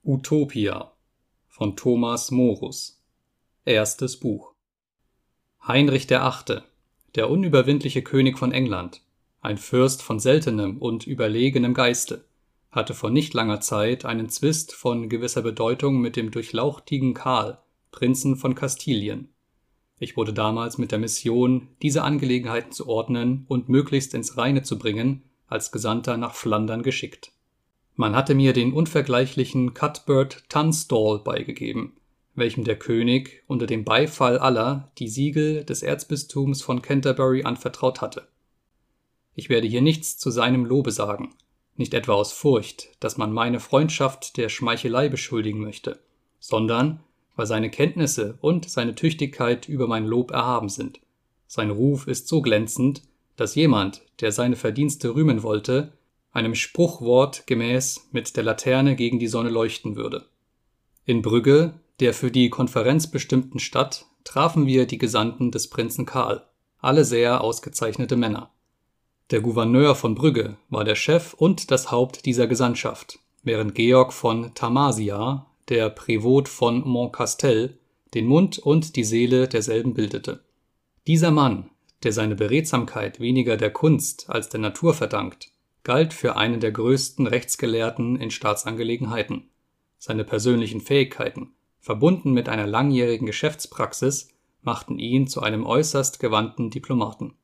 Utopia von Thomas Morus. Erstes Buch. Heinrich VIII., der unüberwindliche König von England, ein Fürst von seltenem und überlegenem Geiste, hatte vor nicht langer Zeit einen Zwist von gewisser Bedeutung mit dem durchlauchtigen Karl, Prinzen von Kastilien. Ich wurde damals mit der Mission, diese Angelegenheiten zu ordnen und möglichst ins Reine zu bringen, als Gesandter nach Flandern geschickt. Man hatte mir den unvergleichlichen Cuthbert Tunstall beigegeben, welchem der König unter dem Beifall aller die Siegel des Erzbistums von Canterbury anvertraut hatte. Ich werde hier nichts zu seinem Lobe sagen, nicht etwa aus Furcht, dass man meine Freundschaft der Schmeichelei beschuldigen möchte, sondern weil seine Kenntnisse und seine Tüchtigkeit über mein Lob erhaben sind. Sein Ruf ist so glänzend, dass jemand, der seine Verdienste rühmen wollte, einem Spruchwort gemäß mit der Laterne gegen die Sonne leuchten würde. In Brügge, der für die Konferenz bestimmten Stadt, trafen wir die Gesandten des Prinzen Karl, alle sehr ausgezeichnete Männer. Der Gouverneur von Brügge war der Chef und das Haupt dieser Gesandtschaft, während Georg von Thamassia, der Prävot von Montcastel, den Mund und die Seele derselben bildete. Dieser Mann, der seine Beredsamkeit weniger der Kunst als der Natur verdankt, galt für einen der größten Rechtsgelehrten in Staatsangelegenheiten. Seine persönlichen Fähigkeiten, verbunden mit einer langjährigen Geschäftspraxis, machten ihn zu einem äußerst gewandten Diplomaten.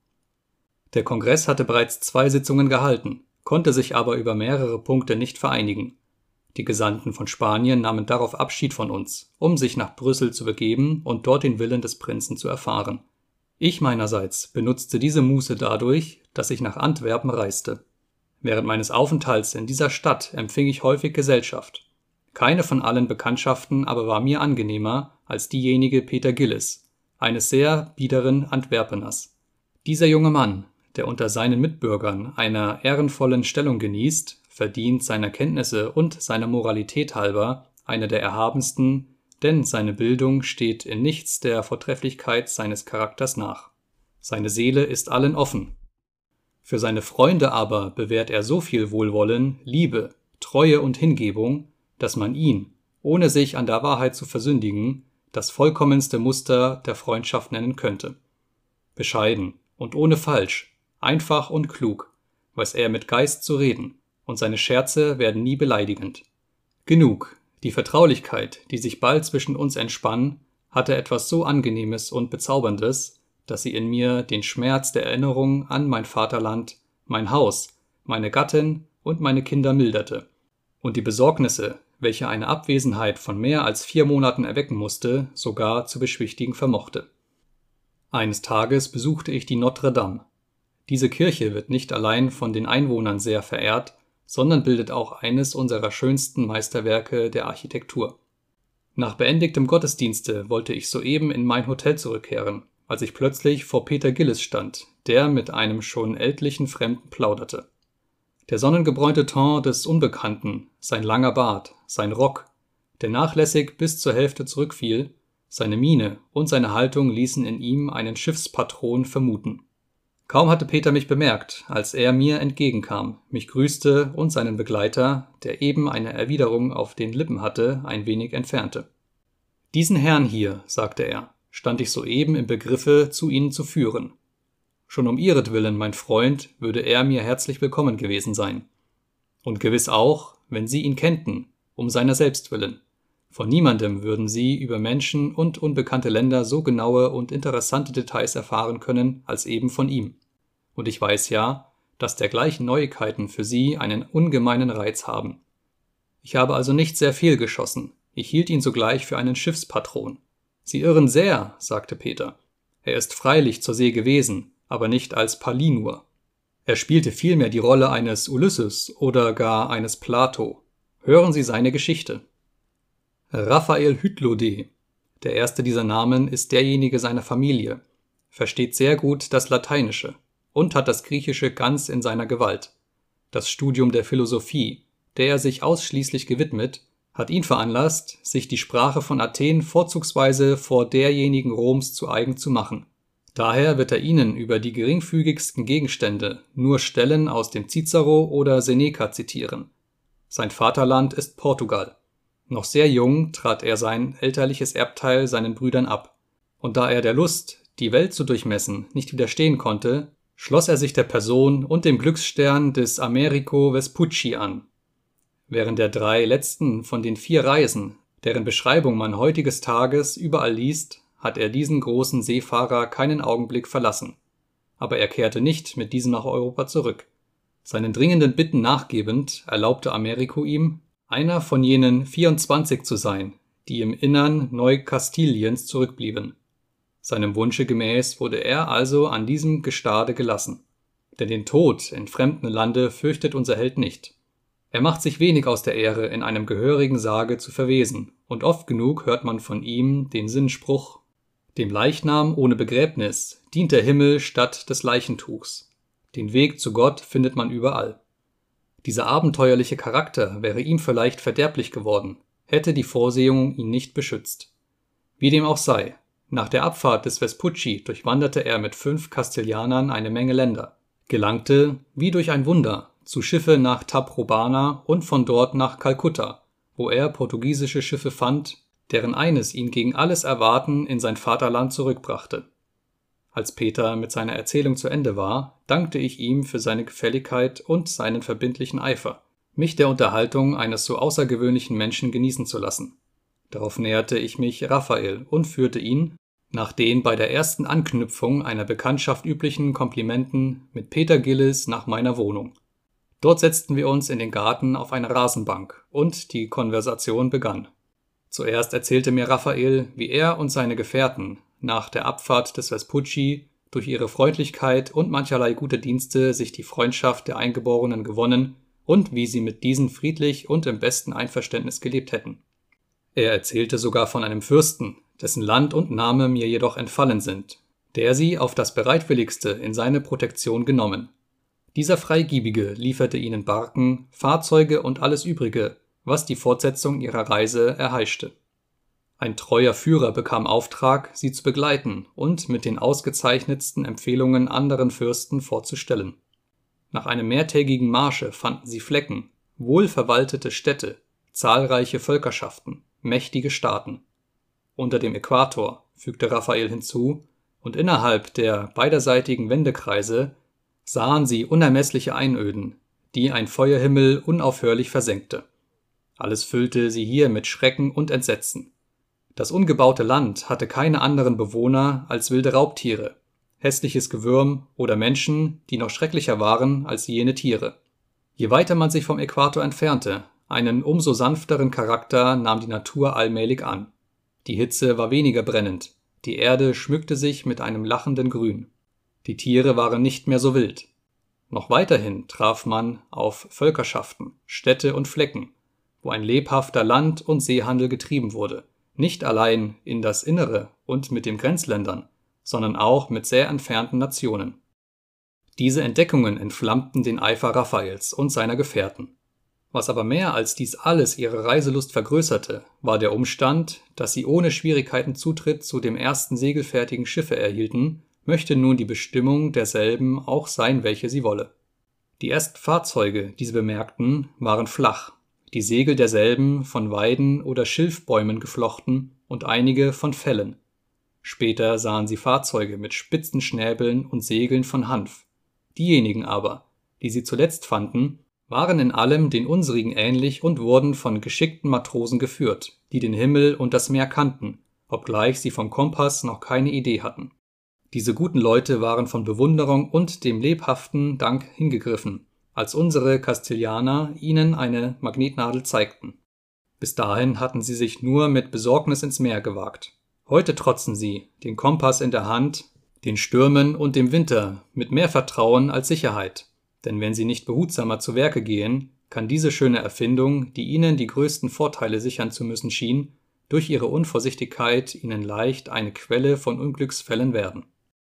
Der Kongress hatte bereits 2 Sitzungen gehalten, konnte sich aber über mehrere Punkte nicht vereinigen. Die Gesandten von Spanien nahmen darauf Abschied von uns, um sich nach Brüssel zu begeben und dort den Willen des Prinzen zu erfahren. Ich meinerseits benutzte diese Muße dadurch, dass ich nach Antwerpen reiste. Während meines Aufenthalts in dieser Stadt empfing ich häufig Gesellschaft. Keine von allen Bekanntschaften aber war mir angenehmer als diejenige Peter Gillis, eines sehr biederen Antwerpeners. Dieser junge Mann, der unter seinen Mitbürgern einer ehrenvollen Stellung genießt, verdient seiner Kenntnisse und seiner Moralität halber eine der erhabensten, denn seine Bildung steht in nichts der Vortrefflichkeit seines Charakters nach. Seine Seele ist allen offen. Für seine Freunde aber bewährt er so viel Wohlwollen, Liebe, Treue und Hingebung, dass man ihn, ohne sich an der Wahrheit zu versündigen, das vollkommenste Muster der Freundschaft nennen könnte. Bescheiden und ohne Falsch, einfach und klug, weiß er mit Geist zu reden, und seine Scherze werden nie beleidigend. Genug, die Vertraulichkeit, die sich bald zwischen uns entspann, hatte etwas so Angenehmes und Bezauberndes, dass sie in mir den Schmerz der Erinnerung an mein Vaterland, mein Haus, meine Gattin und meine Kinder milderte, und die Besorgnisse, welche eine Abwesenheit von mehr als 4 Monaten erwecken musste, sogar zu beschwichtigen vermochte. Eines Tages besuchte ich die Notre Dame. Diese Kirche wird nicht allein von den Einwohnern sehr verehrt, sondern bildet auch eines unserer schönsten Meisterwerke der Architektur. Nach beendigtem Gottesdienste wollte ich soeben in mein Hotel zurückkehren, als ich plötzlich vor Peter Gillis stand, der mit einem schon ältlichen Fremden plauderte. Der sonnengebräunte Teint des Unbekannten, sein langer Bart, sein Rock, der nachlässig bis zur Hälfte zurückfiel, seine Miene und seine Haltung ließen in ihm einen Schiffspatron vermuten. Kaum hatte Peter mich bemerkt, als er mir entgegenkam, mich grüßte und seinen Begleiter, der eben eine Erwiderung auf den Lippen hatte, ein wenig entfernte. »Diesen Herrn hier«, sagte er, »stand ich soeben im Begriffe, zu Ihnen zu führen. Schon um Ihretwillen, mein Freund, würde er mir herzlich willkommen gewesen sein. Und gewiss auch, wenn Sie ihn kennten, um seiner selbst willen. Von niemandem würden Sie über Menschen und unbekannte Länder so genaue und interessante Details erfahren können, als eben von ihm. Und ich weiß ja, dass dergleichen Neuigkeiten für Sie einen ungemeinen Reiz haben. Ich habe also nicht sehr fehlgeschossen. Ich hielt ihn sogleich für einen Schiffspatron. »Sie irren sehr«, sagte Peter. »Er ist freilich zur See gewesen, aber nicht als Palinur. Er spielte vielmehr die Rolle eines Ulysses oder gar eines Plato. Hören Sie seine Geschichte.« Raphael Hüttlode, der erste dieser Namen, ist derjenige seiner Familie, versteht sehr gut das Lateinische und hat das Griechische ganz in seiner Gewalt. Das Studium der Philosophie, der er sich ausschließlich gewidmet, hat ihn veranlasst, sich die Sprache von Athen vorzugsweise vor derjenigen Roms zu eigen zu machen. Daher wird er Ihnen über die geringfügigsten Gegenstände nur Stellen aus dem Cicero oder Seneca zitieren. Sein Vaterland ist Portugal. Noch sehr jung trat er sein elterliches Erbteil seinen Brüdern ab, und da er der Lust, die Welt zu durchmessen, nicht widerstehen konnte, schloss er sich der Person und dem Glücksstern des Amerigo Vespucci an. Während der 3 letzten von den 4 Reisen, deren Beschreibung man heutiges Tages überall liest, hat er diesen großen Seefahrer keinen Augenblick verlassen. Aber er kehrte nicht mit diesem nach Europa zurück. Seinen dringenden Bitten nachgebend erlaubte Americo ihm, einer von jenen 24 zu sein, die im Innern Neukastiliens zurückblieben. Seinem Wunsche gemäß wurde er also an diesem Gestade gelassen. Denn den Tod in fremdem Lande fürchtet unser Held nicht. Er macht sich wenig aus der Ehre, in einem gehörigen Sarge zu verwesen, und oft genug hört man von ihm den Sinnspruch: Dem Leichnam ohne Begräbnis dient der Himmel statt des Leichentuchs. Den Weg zu Gott findet man überall. Dieser abenteuerliche Charakter wäre ihm vielleicht verderblich geworden, hätte die Vorsehung ihn nicht beschützt. Wie dem auch sei, nach der Abfahrt des Vespucci durchwanderte er mit 5 Kastilianern eine Menge Länder, gelangte, wie durch ein Wunder, zu Schiffe nach Taprobana und von dort nach Kalkutta, wo er portugiesische Schiffe fand, deren eines ihn gegen alles Erwarten in sein Vaterland zurückbrachte. Als Peter mit seiner Erzählung zu Ende war, dankte ich ihm für seine Gefälligkeit und seinen verbindlichen Eifer, mich der Unterhaltung eines so außergewöhnlichen Menschen genießen zu lassen. Darauf näherte ich mich Raphael und führte ihn, nach den bei der ersten Anknüpfung einer Bekanntschaft üblichen Komplimenten, mit Peter Gillis nach meiner Wohnung. Dort setzten wir uns in den Garten auf eine Rasenbank und die Konversation begann. Zuerst erzählte mir Raphael, wie er und seine Gefährten nach der Abfahrt des Vespucci durch ihre Freundlichkeit und mancherlei gute Dienste sich die Freundschaft der Eingeborenen gewonnen und wie sie mit diesen friedlich und im besten Einverständnis gelebt hätten. Er erzählte sogar von einem Fürsten, dessen Land und Name mir jedoch entfallen sind, der sie auf das bereitwilligste in seine Protektion genommen. Dieser Freigebige lieferte ihnen Barken, Fahrzeuge und alles Übrige, was die Fortsetzung ihrer Reise erheischte. Ein treuer Führer bekam Auftrag, sie zu begleiten und mit den ausgezeichnetsten Empfehlungen anderen Fürsten vorzustellen. Nach einem mehrtägigen Marsche fanden sie Flecken, wohlverwaltete Städte, zahlreiche Völkerschaften, mächtige Staaten. Unter dem Äquator, fügte Raphael hinzu, und innerhalb der beiderseitigen Wendekreise sahen sie unermessliche Einöden, die ein Feuerhimmel unaufhörlich versenkte. Alles füllte sie hier mit Schrecken und Entsetzen. Das ungebaute Land hatte keine anderen Bewohner als wilde Raubtiere, hässliches Gewürm oder Menschen, die noch schrecklicher waren als jene Tiere. Je weiter man sich vom Äquator entfernte, einen umso sanfteren Charakter nahm die Natur allmählich an. Die Hitze war weniger brennend, die Erde schmückte sich mit einem lachenden Grün. Die Tiere waren nicht mehr so wild. Noch weiterhin traf man auf Völkerschaften, Städte und Flecken, wo ein lebhafter Land- und Seehandel getrieben wurde, nicht allein in das Innere und mit den Grenzländern, sondern auch mit sehr entfernten Nationen. Diese Entdeckungen entflammten den Eifer Raphaels und seiner Gefährten. Was aber mehr als dies alles ihre Reiselust vergrößerte, war der Umstand, dass sie ohne Schwierigkeiten Zutritt zu dem ersten segelfertigen Schiffe erhielten, möchte nun die Bestimmung derselben auch sein, welche sie wolle. Die ersten Fahrzeuge, die sie bemerkten, waren flach, die Segel derselben von Weiden oder Schilfbäumen geflochten und einige von Fellen. Später sahen sie Fahrzeuge mit spitzen Schnäbeln und Segeln von Hanf. Diejenigen aber, die sie zuletzt fanden, waren in allem den unsrigen ähnlich und wurden von geschickten Matrosen geführt, die den Himmel und das Meer kannten, obgleich sie vom Kompass noch keine Idee hatten. Diese guten Leute waren von Bewunderung und dem lebhaften Dank hingegriffen, als unsere Kastilianer ihnen eine Magnetnadel zeigten. Bis dahin hatten sie sich nur mit Besorgnis ins Meer gewagt. Heute trotzen sie, den Kompass in der Hand, den Stürmen und dem Winter mit mehr Vertrauen als Sicherheit. Denn wenn sie nicht behutsamer zu Werke gehen, kann diese schöne Erfindung, die ihnen die größten Vorteile sichern zu müssen schien, durch ihre Unvorsichtigkeit ihnen leicht eine Quelle von Unglücksfällen werden.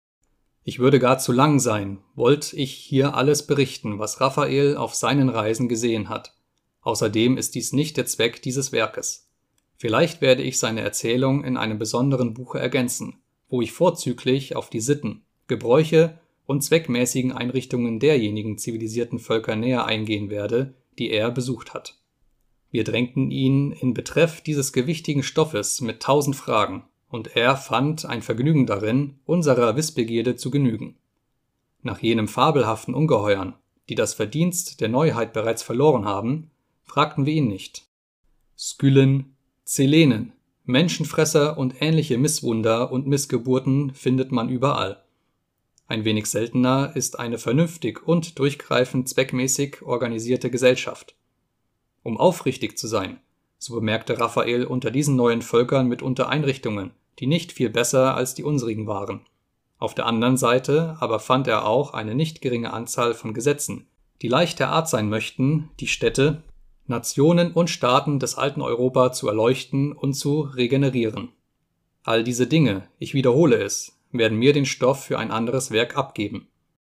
Ich würde gar zu lang sein, wollt ich hier alles berichten, was Raphael auf seinen Reisen gesehen hat. Außerdem ist dies nicht der Zweck dieses Werkes. Vielleicht werde ich seine Erzählung in einem besonderen Buche ergänzen, wo ich vorzüglich auf die Sitten, Gebräuche und zweckmäßigen Einrichtungen derjenigen zivilisierten Völker näher eingehen werde, die er besucht hat. Wir drängten ihn in Betreff dieses gewichtigen Stoffes mit 1000 Fragen, und er fand ein Vergnügen darin, unserer Wissbegierde zu genügen. Nach jenen fabelhaften Ungeheuern, die das Verdienst der Neuheit bereits verloren haben, fragten wir ihn nicht. Skyllen, Selenen, Menschenfresser und ähnliche Misswunder und Missgeburten findet man überall. Ein wenig seltener ist eine vernünftig und durchgreifend zweckmäßig organisierte Gesellschaft. Um aufrichtig zu sein, so bemerkte Raphael unter diesen neuen Völkern mitunter Einrichtungen, die nicht viel besser als die unsrigen waren. Auf der anderen Seite aber fand er auch eine nicht geringe Anzahl von Gesetzen, die leicht der Art sein möchten, die Städte, Nationen und Staaten des alten Europa zu erleuchten und zu regenerieren. All diese Dinge, ich wiederhole es, werden mir den Stoff für ein anderes Werk abgeben.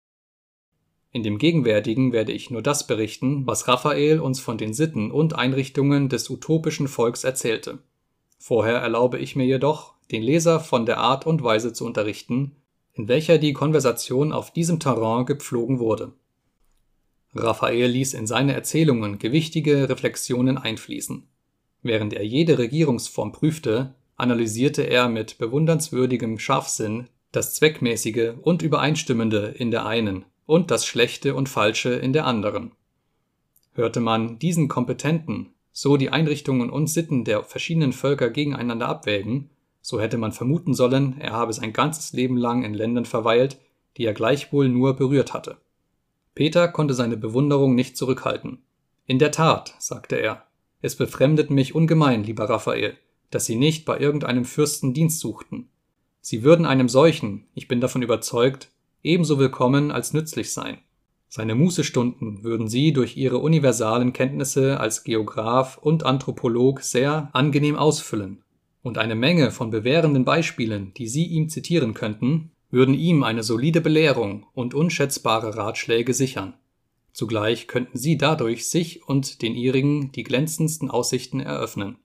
In dem Gegenwärtigen werde ich nur das berichten, was Raphael uns von den Sitten und Einrichtungen des utopischen Volks erzählte. Vorher erlaube ich mir jedoch, den Leser von der Art und Weise zu unterrichten, in welcher die Konversation auf diesem Terrain gepflogen wurde. Raphael ließ in seine Erzählungen gewichtige Reflexionen einfließen. Während er jede Regierungsform prüfte, analysierte er mit bewundernswürdigem Scharfsinn das Zweckmäßige und Übereinstimmende in der einen und das Schlechte und Falsche in der anderen. Hörte man diesen Kompetenten so die Einrichtungen und Sitten der verschiedenen Völker gegeneinander abwägen, so hätte man vermuten sollen, er habe sein ganzes Leben lang in Ländern verweilt, die er gleichwohl nur berührt hatte. Peter konnte seine Bewunderung nicht zurückhalten. In der Tat, sagte er, es befremdet mich ungemein, lieber Raphael, dass Sie nicht bei irgendeinem Fürsten Dienst suchten. Sie würden einem solchen, ich bin davon überzeugt, ebenso willkommen als nützlich sein. Seine Mußestunden würden Sie durch Ihre universalen Kenntnisse als Geograph und Anthropolog sehr angenehm ausfüllen, und eine Menge von bewährenden Beispielen, die Sie ihm zitieren könnten, würden ihm eine solide Belehrung und unschätzbare Ratschläge sichern. Zugleich könnten Sie dadurch sich und den Ihrigen die glänzendsten Aussichten eröffnen.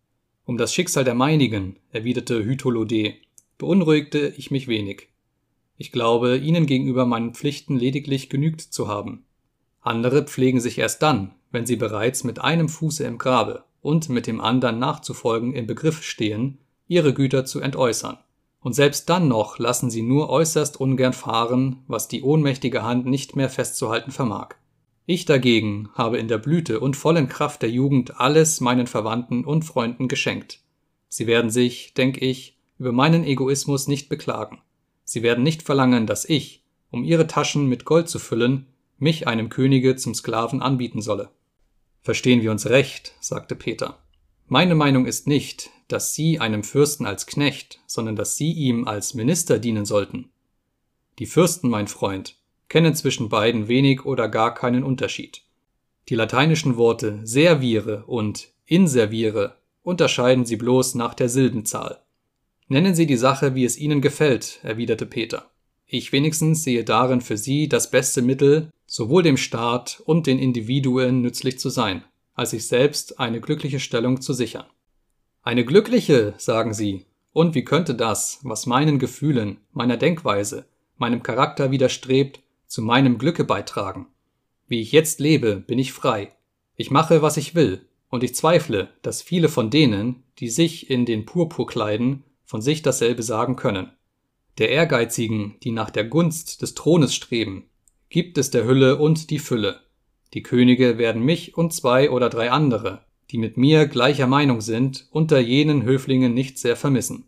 Um das Schicksal der meinigen, erwiderte Hytholode, beunruhigte ich mich wenig. Ich glaube, ihnen gegenüber meinen Pflichten lediglich genügt zu haben. Andere pflegen sich erst dann, wenn sie bereits mit einem Fuße im Grabe und mit dem anderen nachzufolgen im Begriff stehen, ihre Güter zu entäußern. Und selbst dann noch lassen sie nur äußerst ungern fahren, was die ohnmächtige Hand nicht mehr festzuhalten vermag. Ich dagegen habe in der Blüte und vollen Kraft der Jugend alles meinen Verwandten und Freunden geschenkt. Sie werden sich, denk ich, über meinen Egoismus nicht beklagen. Sie werden nicht verlangen, dass ich, um ihre Taschen mit Gold zu füllen, mich einem Könige zum Sklaven anbieten solle. Verstehen wir uns recht, sagte Peter. Meine Meinung ist nicht, dass Sie einem Fürsten als Knecht, sondern dass Sie ihm als Minister dienen sollten. Die Fürsten, mein Freund, kennen zwischen beiden wenig oder gar keinen Unterschied. Die lateinischen Worte servire und inservire unterscheiden sie bloß nach der Silbenzahl. Nennen Sie die Sache, wie es Ihnen gefällt, erwiderte Peter. Ich wenigstens sehe darin für Sie das beste Mittel, sowohl dem Staat und den Individuen nützlich zu sein, als sich selbst eine glückliche Stellung zu sichern. Eine glückliche, sagen Sie. Und wie könnte das, was meinen Gefühlen, meiner Denkweise, meinem Charakter widerstrebt, zu meinem Glücke beitragen? Wie ich jetzt lebe, bin ich frei. Ich mache, was ich will, und ich zweifle, dass viele von denen, die sich in den Purpur kleiden, von sich dasselbe sagen können. Der Ehrgeizigen, die nach der Gunst des Thrones streben, gibt es der Hülle und die Fülle. Die Könige werden mich und 2 oder 3 andere, die mit mir gleicher Meinung sind, unter jenen Höflingen nicht sehr vermissen.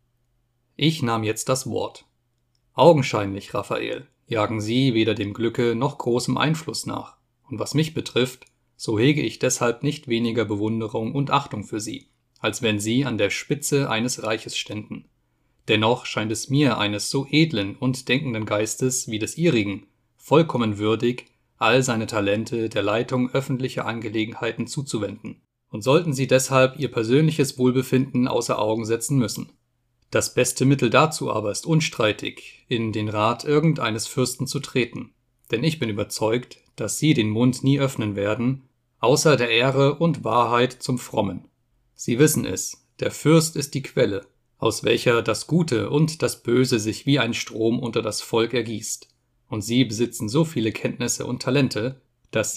Ich nahm jetzt das Wort. Augenscheinlich, Raphael, jagen Sie weder dem Glücke noch großem Einfluss nach, und was mich betrifft, so hege ich deshalb nicht weniger Bewunderung und Achtung für Sie, als wenn Sie an der Spitze eines Reiches ständen. Dennoch scheint es mir eines so edlen und denkenden Geistes wie des Ihrigen vollkommen würdig, all seine Talente der Leitung öffentlicher Angelegenheiten zuzuwenden. Und sollten Sie deshalb Ihr persönliches Wohlbefinden außer Augen setzen müssen. Das beste Mittel dazu aber ist unstreitig, in den Rat irgendeines Fürsten zu treten, denn ich bin überzeugt, dass Sie den Mund nie öffnen werden, außer der Ehre und Wahrheit zum Frommen. Sie wissen es, der Fürst ist die Quelle, aus welcher das Gute und das Böse sich wie ein Strom unter das Volk ergießt, und Sie besitzen so viele Kenntnisse und Talente, dass Sie,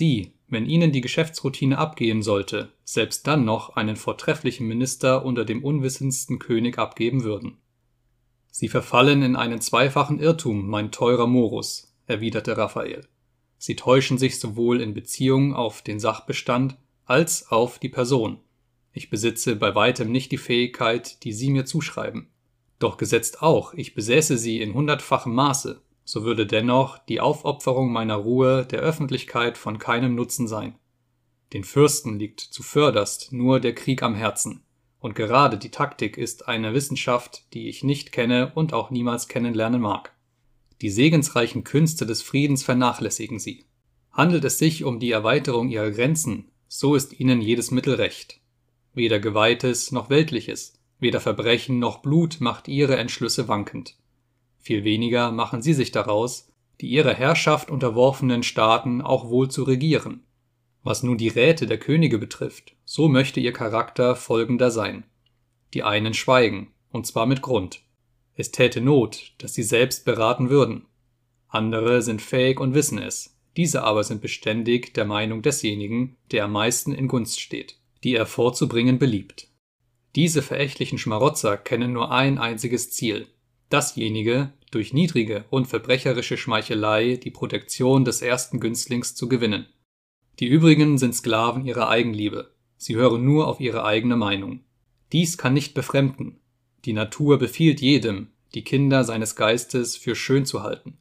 wenn ihnen die Geschäftsroutine abgehen sollte, selbst dann noch einen vortrefflichen Minister unter dem unwissendsten König abgeben würden. »Sie verfallen in einen zweifachen Irrtum, mein teurer Morus«, erwiderte Raphael. »Sie täuschen sich sowohl in Beziehung auf den Sachbestand als auf die Person. Ich besitze bei weitem nicht die Fähigkeit, die Sie mir zuschreiben. Doch gesetzt auch, ich besäße sie in 100-fachem Maße, so würde dennoch die Aufopferung meiner Ruhe der Öffentlichkeit von keinem Nutzen sein. Den Fürsten liegt zuvörderst nur der Krieg am Herzen, und gerade die Taktik ist eine Wissenschaft, die ich nicht kenne und auch niemals kennenlernen mag. Die segensreichen Künste des Friedens vernachlässigen sie. Handelt es sich um die Erweiterung ihrer Grenzen, so ist ihnen jedes Mittel recht. Weder Geweihtes noch Weltliches, weder Verbrechen noch Blut macht ihre Entschlüsse wankend. Viel weniger machen sie sich daraus, die ihrer Herrschaft unterworfenen Staaten auch wohl zu regieren. Was nun die Räte der Könige betrifft, so möchte ihr Charakter folgender sein. Die einen schweigen, und zwar mit Grund. Es täte Not, dass sie selbst beraten würden. Andere sind fähig und wissen es, diese aber sind beständig der Meinung desjenigen, der am meisten in Gunst steht, die er vorzubringen beliebt. Diese verächtlichen Schmarotzer kennen nur ein einziges Ziel, dasjenige, durch niedrige und verbrecherische Schmeichelei die Protektion des ersten Günstlings zu gewinnen. Die übrigen sind Sklaven ihrer Eigenliebe, sie hören nur auf ihre eigene Meinung. Dies kann nicht befremden. Die Natur befiehlt jedem, die Kinder seines Geistes für schön zu halten.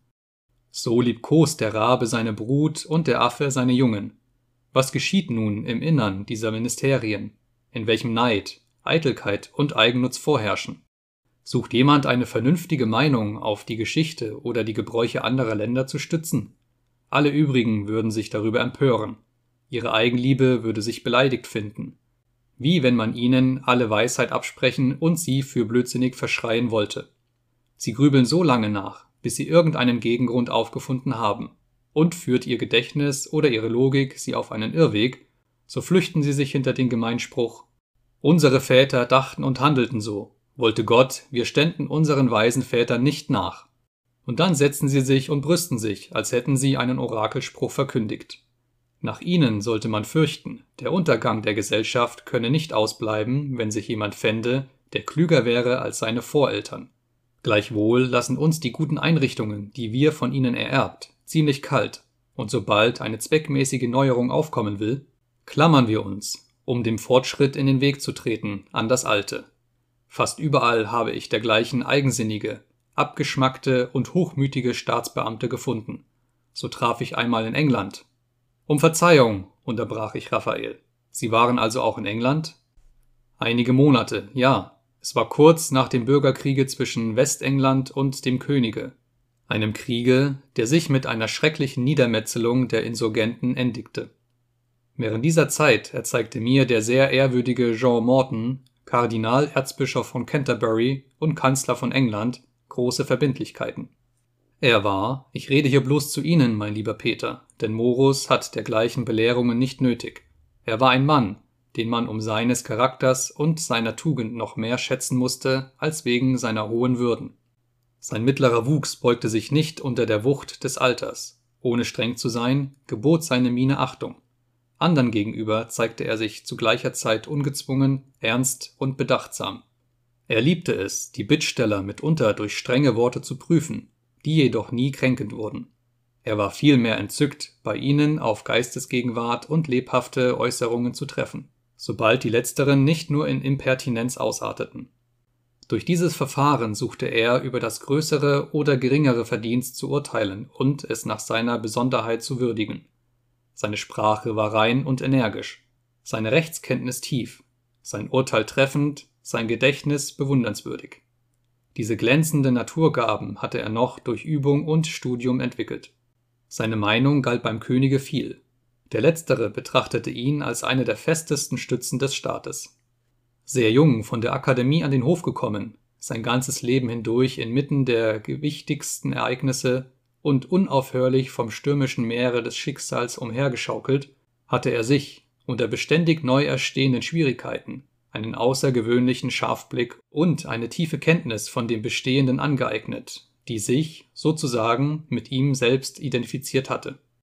So liebkost der Rabe seine Brut und der Affe seine Jungen. Was geschieht nun im Innern dieser Ministerien, in welchem Neid, Eitelkeit und Eigennutz vorherrschen? Sucht jemand eine vernünftige Meinung auf die Geschichte oder die Gebräuche anderer Länder zu stützen? Alle übrigen würden sich darüber empören. Ihre Eigenliebe würde sich beleidigt finden. Wie wenn man ihnen alle Weisheit absprechen und sie für blödsinnig verschreien wollte. Sie grübeln so lange nach, bis sie irgendeinen Gegengrund aufgefunden haben. Und führt ihr Gedächtnis oder ihre Logik sie auf einen Irrweg, so flüchten sie sich hinter den Gemeinspruch: Unsere Väter dachten und handelten so. Wollte Gott, wir ständen unseren weisen Vätern nicht nach. Und dann setzen sie sich und brüsten sich, als hätten sie einen Orakelspruch verkündigt. Nach ihnen sollte man fürchten, der Untergang der Gesellschaft könne nicht ausbleiben, wenn sich jemand fände, der klüger wäre als seine Voreltern. Gleichwohl lassen uns die guten Einrichtungen, die wir von ihnen ererbt, ziemlich kalt, und sobald eine zweckmäßige Neuerung aufkommen will, klammern wir uns, um dem Fortschritt in den Weg zu treten, an das Alte. Fast überall habe ich dergleichen eigensinnige, abgeschmackte und hochmütige Staatsbeamte gefunden. So traf ich einmal in England. »Um Verzeihung«, unterbrach ich Raphael. »Sie waren also auch in England?« »Einige Monate, ja. Es war kurz nach dem Bürgerkriege zwischen Westengland und dem Könige. Einem Kriege, der sich mit einer schrecklichen Niedermetzelung der Insurgenten endigte. Während dieser Zeit erzeigte mir der sehr ehrwürdige Jean Morton, Kardinal Erzbischof von Canterbury und Kanzler von England, große Verbindlichkeiten. Er war, ich rede hier bloß zu Ihnen, mein lieber Peter, denn Morus hat dergleichen Belehrungen nicht nötig. Er war ein Mann, den man um seines Charakters und seiner Tugend noch mehr schätzen musste, als wegen seiner hohen Würden. Sein mittlerer Wuchs beugte sich nicht unter der Wucht des Alters. Ohne streng zu sein, gebot seine Miene Achtung. Andern gegenüber zeigte er sich zu gleicher Zeit ungezwungen, ernst und bedachtsam. Er liebte es, die Bittsteller mitunter durch strenge Worte zu prüfen, die jedoch nie kränkend wurden. Er war vielmehr entzückt, bei ihnen auf Geistesgegenwart und lebhafte Äußerungen zu treffen, sobald die letzteren nicht nur in Impertinenz ausarteten. Durch dieses Verfahren suchte er über das größere oder geringere Verdienst zu urteilen und es nach seiner Besonderheit zu würdigen. Seine Sprache war rein und energisch, seine Rechtskenntnis tief, sein Urteil treffend, sein Gedächtnis bewundernswürdig. Diese glänzenden Naturgaben hatte er noch durch Übung und Studium entwickelt. Seine Meinung galt beim Könige viel. Der Letztere betrachtete ihn als eine der festesten Stützen des Staates. Sehr jung von der Akademie an den Hof gekommen, sein ganzes Leben hindurch inmitten der gewichtigsten Ereignisse und unaufhörlich vom stürmischen Meere des Schicksals umhergeschaukelt, hatte er sich, unter beständig neu erstehenden Schwierigkeiten, einen außergewöhnlichen Scharfblick und eine tiefe Kenntnis von dem Bestehenden angeeignet, die sich, sozusagen, mit ihm selbst identifiziert hatte.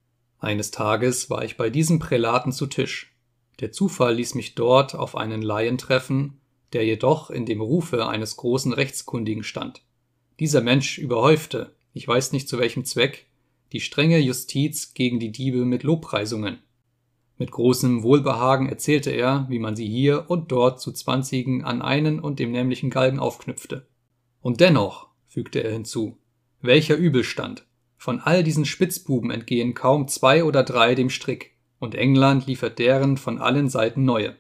Eines Tages war ich bei diesem Prälaten zu Tisch. Der Zufall ließ mich dort auf einen Laien treffen, der jedoch in dem Rufe eines großen Rechtskundigen stand. Dieser Mensch überhäufte, ich weiß nicht zu welchem Zweck, die strenge Justiz gegen die Diebe mit Lobpreisungen. Mit großem Wohlbehagen erzählte er, wie man sie hier und dort zu Zwanzigen an einen und dem nämlichen Galgen aufknüpfte. Und dennoch, fügte er hinzu, welcher Übelstand! Von all diesen Spitzbuben entgehen kaum 2 oder 3 dem Strick, und England liefert deren von allen Seiten neue.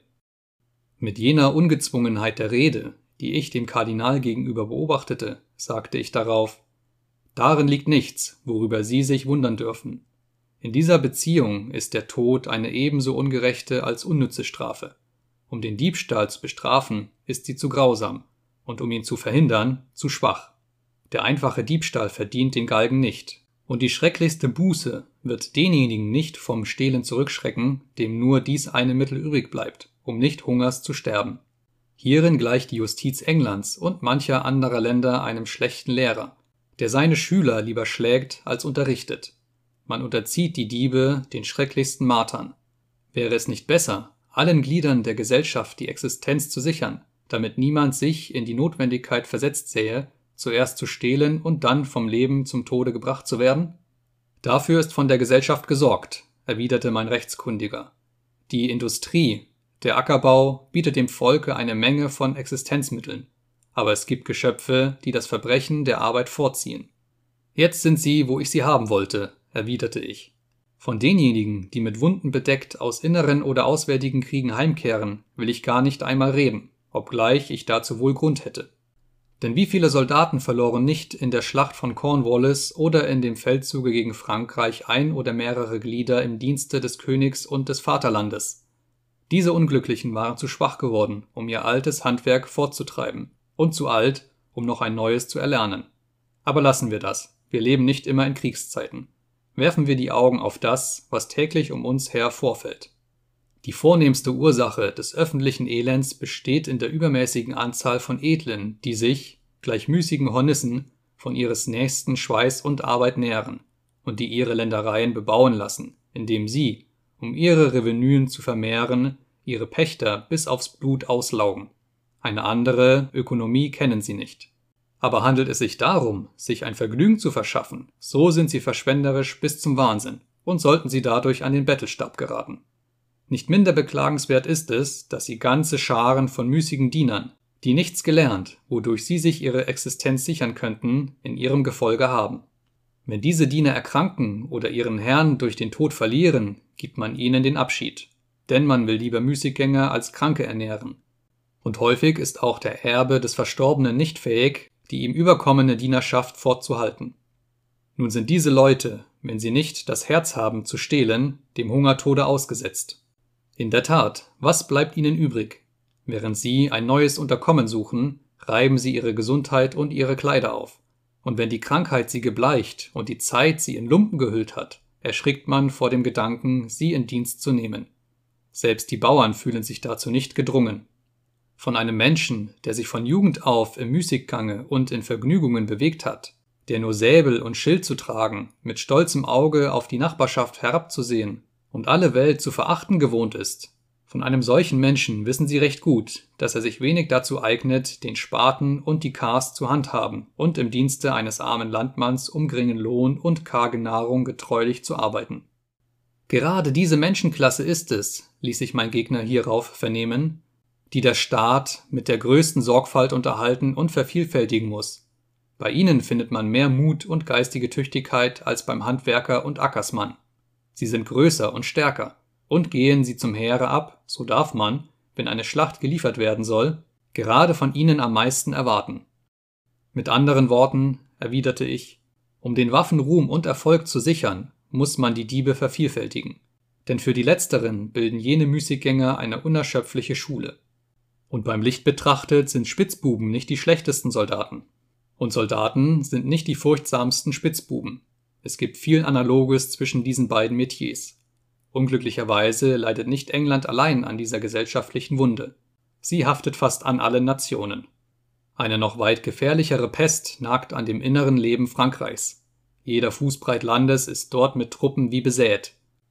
Mit jener Ungezwungenheit der Rede, die ich dem Kardinal gegenüber beobachtete, sagte ich darauf: Darin liegt nichts, worüber Sie sich wundern dürfen. In dieser Beziehung ist der Tod eine ebenso ungerechte als unnütze Strafe. Um den Diebstahl zu bestrafen, ist sie zu grausam, und um ihn zu verhindern, zu schwach. Der einfache Diebstahl verdient den Galgen nicht, und die schrecklichste Buße wird denjenigen nicht vom Stehlen zurückschrecken, dem nur dies eine Mittel übrig bleibt, um nicht Hungers zu sterben. Hierin gleicht die Justiz Englands und mancher anderer Länder einem schlechten Lehrer, der seine Schüler lieber schlägt als unterrichtet. Man unterzieht die Diebe den schrecklichsten Martern. Wäre es nicht besser, allen Gliedern der Gesellschaft die Existenz zu sichern, damit niemand sich in die Notwendigkeit versetzt sähe, zuerst zu stehlen und dann vom Leben zum Tode gebracht zu werden? Dafür ist von der Gesellschaft gesorgt, erwiderte mein Rechtskundiger. Die Industrie, der Ackerbau bietet dem Volke eine Menge von Existenzmitteln, aber es gibt Geschöpfe, die das Verbrechen der Arbeit vorziehen. Jetzt sind Sie, wo ich Sie haben wollte, erwiderte ich. Von denjenigen, die mit Wunden bedeckt aus inneren oder auswärtigen Kriegen heimkehren, will ich gar nicht einmal reden, obgleich ich dazu wohl Grund hätte. Denn wie viele Soldaten verloren nicht in der Schlacht von Cornwallis oder in dem Feldzuge gegen Frankreich ein oder mehrere Glieder im Dienste des Königs und des Vaterlandes? Diese Unglücklichen waren zu schwach geworden, um ihr altes Handwerk fortzutreiben, und zu alt, um noch ein neues zu erlernen. Aber lassen wir das, wir leben nicht immer in Kriegszeiten. Werfen wir die Augen auf das, was täglich um uns her vorfällt. Die vornehmste Ursache des öffentlichen Elends besteht in der übermäßigen Anzahl von Edlen, die sich, gleich müßigen Hornissen, von ihres Nächsten Schweiß und Arbeit nähren und die ihre Ländereien bebauen lassen, indem sie, um ihre Revenuen zu vermehren, ihre Pächter bis aufs Blut auslaugen. Eine andere Ökonomie kennen sie nicht. Aber handelt es sich darum, sich ein Vergnügen zu verschaffen, so sind sie verschwenderisch bis zum Wahnsinn und sollten sie dadurch an den Bettelstab geraten. Nicht minder beklagenswert ist es, dass sie ganze Scharen von müßigen Dienern, die nichts gelernt, wodurch sie sich ihre Existenz sichern könnten, in ihrem Gefolge haben. Wenn diese Diener erkranken oder ihren Herrn durch den Tod verlieren, gibt man ihnen den Abschied, denn man will lieber Müßiggänger als Kranke ernähren. Und häufig ist auch der Erbe des Verstorbenen nicht fähig, die ihm überkommene Dienerschaft fortzuhalten. Nun sind diese Leute, wenn sie nicht das Herz haben zu stehlen, dem Hungertode ausgesetzt. In der Tat, was bleibt ihnen übrig? Während sie ein neues Unterkommen suchen, reiben sie ihre Gesundheit und ihre Kleider auf. Und wenn die Krankheit sie gebleicht und die Zeit sie in Lumpen gehüllt hat, erschrickt man vor dem Gedanken, sie in Dienst zu nehmen. Selbst die Bauern fühlen sich dazu nicht gedrungen. Von einem Menschen, der sich von Jugend auf im Müßiggange und in Vergnügungen bewegt hat, der nur Säbel und Schild zu tragen, mit stolzem Auge auf die Nachbarschaft herabzusehen und alle Welt zu verachten gewohnt ist, von einem solchen Menschen wissen sie recht gut, dass er sich wenig dazu eignet, den Spaten und die Kars zu handhaben und im Dienste eines armen Landmanns um geringen Lohn und karge Nahrung getreulich zu arbeiten. Gerade diese Menschenklasse ist es, ließ sich mein Gegner hierauf vernehmen, die der Staat mit der größten Sorgfalt unterhalten und vervielfältigen muss. Bei ihnen findet man mehr Mut und geistige Tüchtigkeit als beim Handwerker und Ackersmann. Sie sind größer und stärker, und gehen sie zum Heere ab, so darf man, wenn eine Schlacht geliefert werden soll, gerade von ihnen am meisten erwarten. Mit anderen Worten, erwiderte ich, um den Waffenruhm und Erfolg zu sichern, muss man die Diebe vervielfältigen. Denn für die Letzteren bilden jene Müßiggänger eine unerschöpfliche Schule. Und beim Licht betrachtet sind Spitzbuben nicht die schlechtesten Soldaten. Und Soldaten sind nicht die furchtsamsten Spitzbuben. Es gibt viel Analoges zwischen diesen beiden Metiers. Unglücklicherweise leidet nicht England allein an dieser gesellschaftlichen Wunde. Sie haftet fast an allen Nationen. Eine noch weit gefährlichere Pest nagt an dem inneren Leben Frankreichs. Jeder Fußbreit Landes ist dort mit Truppen wie besät,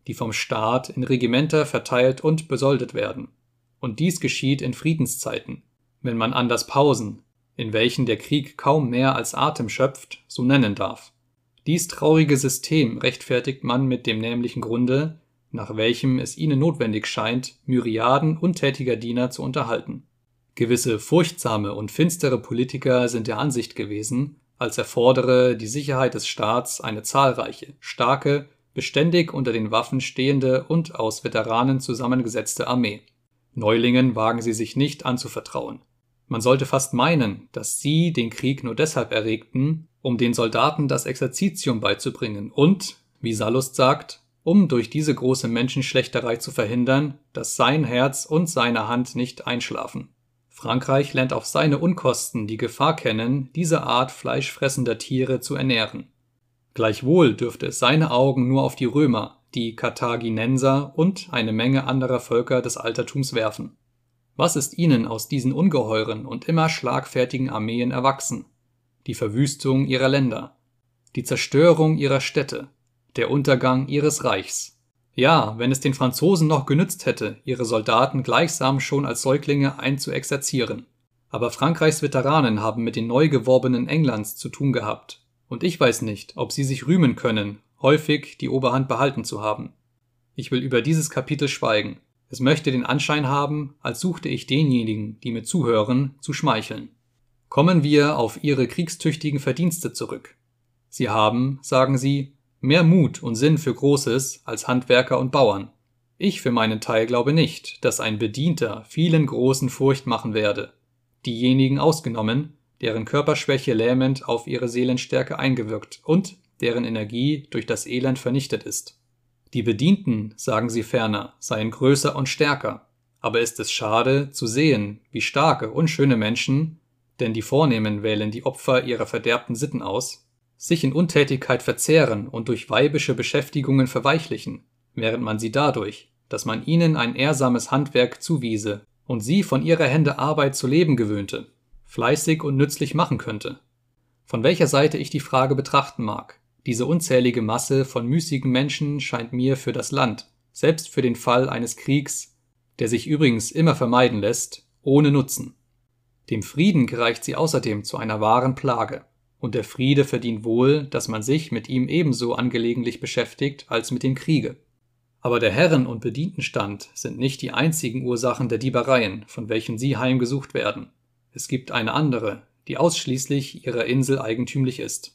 die vom Staat in Regimenter verteilt und besoldet werden. Und dies geschieht in Friedenszeiten, wenn man anders Pausen, in welchen der Krieg kaum mehr als Atem schöpft, so nennen darf. Dies traurige System rechtfertigt man mit dem nämlichen Grunde, nach welchem es ihnen notwendig scheint, Myriaden untätiger Diener zu unterhalten. Gewisse furchtsame und finstere Politiker sind der Ansicht gewesen, als erfordere die Sicherheit des Staats eine zahlreiche, starke, beständig unter den Waffen stehende und aus Veteranen zusammengesetzte Armee. Neulingen wagen sie sich nicht anzuvertrauen. Man sollte fast meinen, dass sie den Krieg nur deshalb erregten, um den Soldaten das Exerzitium beizubringen und, wie Sallust sagt, um durch diese große Menschenschlechterei zu verhindern, dass sein Herz und seine Hand nicht einschlafen. Frankreich lernt auf seine Unkosten die Gefahr kennen, diese Art fleischfressender Tiere zu ernähren. Gleichwohl dürfte es seine Augen nur auf die Römer, die Karthaginenser und eine Menge anderer Völker des Altertums werfen. Was ist ihnen aus diesen ungeheuren und immer schlagfertigen Armeen erwachsen? Die Verwüstung ihrer Länder, die Zerstörung ihrer Städte, der Untergang ihres Reichs. Ja, wenn es den Franzosen noch genützt hätte, ihre Soldaten gleichsam schon als Säuglinge einzuexerzieren. Aber Frankreichs Veteranen haben mit den neu geworbenen Englands zu tun gehabt. Und ich weiß nicht, ob sie sich rühmen können, häufig die Oberhand behalten zu haben. Ich will über dieses Kapitel schweigen. Es möchte den Anschein haben, als suchte ich denjenigen, die mir zuhören, zu schmeicheln. Kommen wir auf ihre kriegstüchtigen Verdienste zurück. Sie haben, sagen sie, mehr Mut und Sinn für Großes als Handwerker und Bauern. Ich für meinen Teil glaube nicht, dass ein Bedienter vielen Großen Furcht machen werde. Diejenigen ausgenommen, deren Körperschwäche lähmend auf ihre Seelenstärke eingewirkt und deren Energie durch das Elend vernichtet ist. Die Bedienten, sagen sie ferner, seien größer und stärker, aber ist es schade zu sehen, wie starke, unschöne Menschen, denn die Vornehmen wählen die Opfer ihrer verderbten Sitten aus, sich in Untätigkeit verzehren und durch weibische Beschäftigungen verweichlichen, während man sie dadurch, dass man ihnen ein ehrsames Handwerk zuwiese und sie von ihrer Hände Arbeit zu leben gewöhnte, fleißig und nützlich machen könnte. Von welcher Seite ich die Frage betrachten mag, diese unzählige Masse von müßigen Menschen scheint mir für das Land, selbst für den Fall eines Kriegs, der sich übrigens immer vermeiden lässt, ohne Nutzen. Dem Frieden gereicht sie außerdem zu einer wahren Plage, und der Friede verdient wohl, dass man sich mit ihm ebenso angelegentlich beschäftigt als mit dem Kriege. Aber der Herren- und Bedientenstand sind nicht die einzigen Ursachen der Diebereien, von welchen sie heimgesucht werden. Es gibt eine andere, die ausschließlich ihrer Insel eigentümlich ist.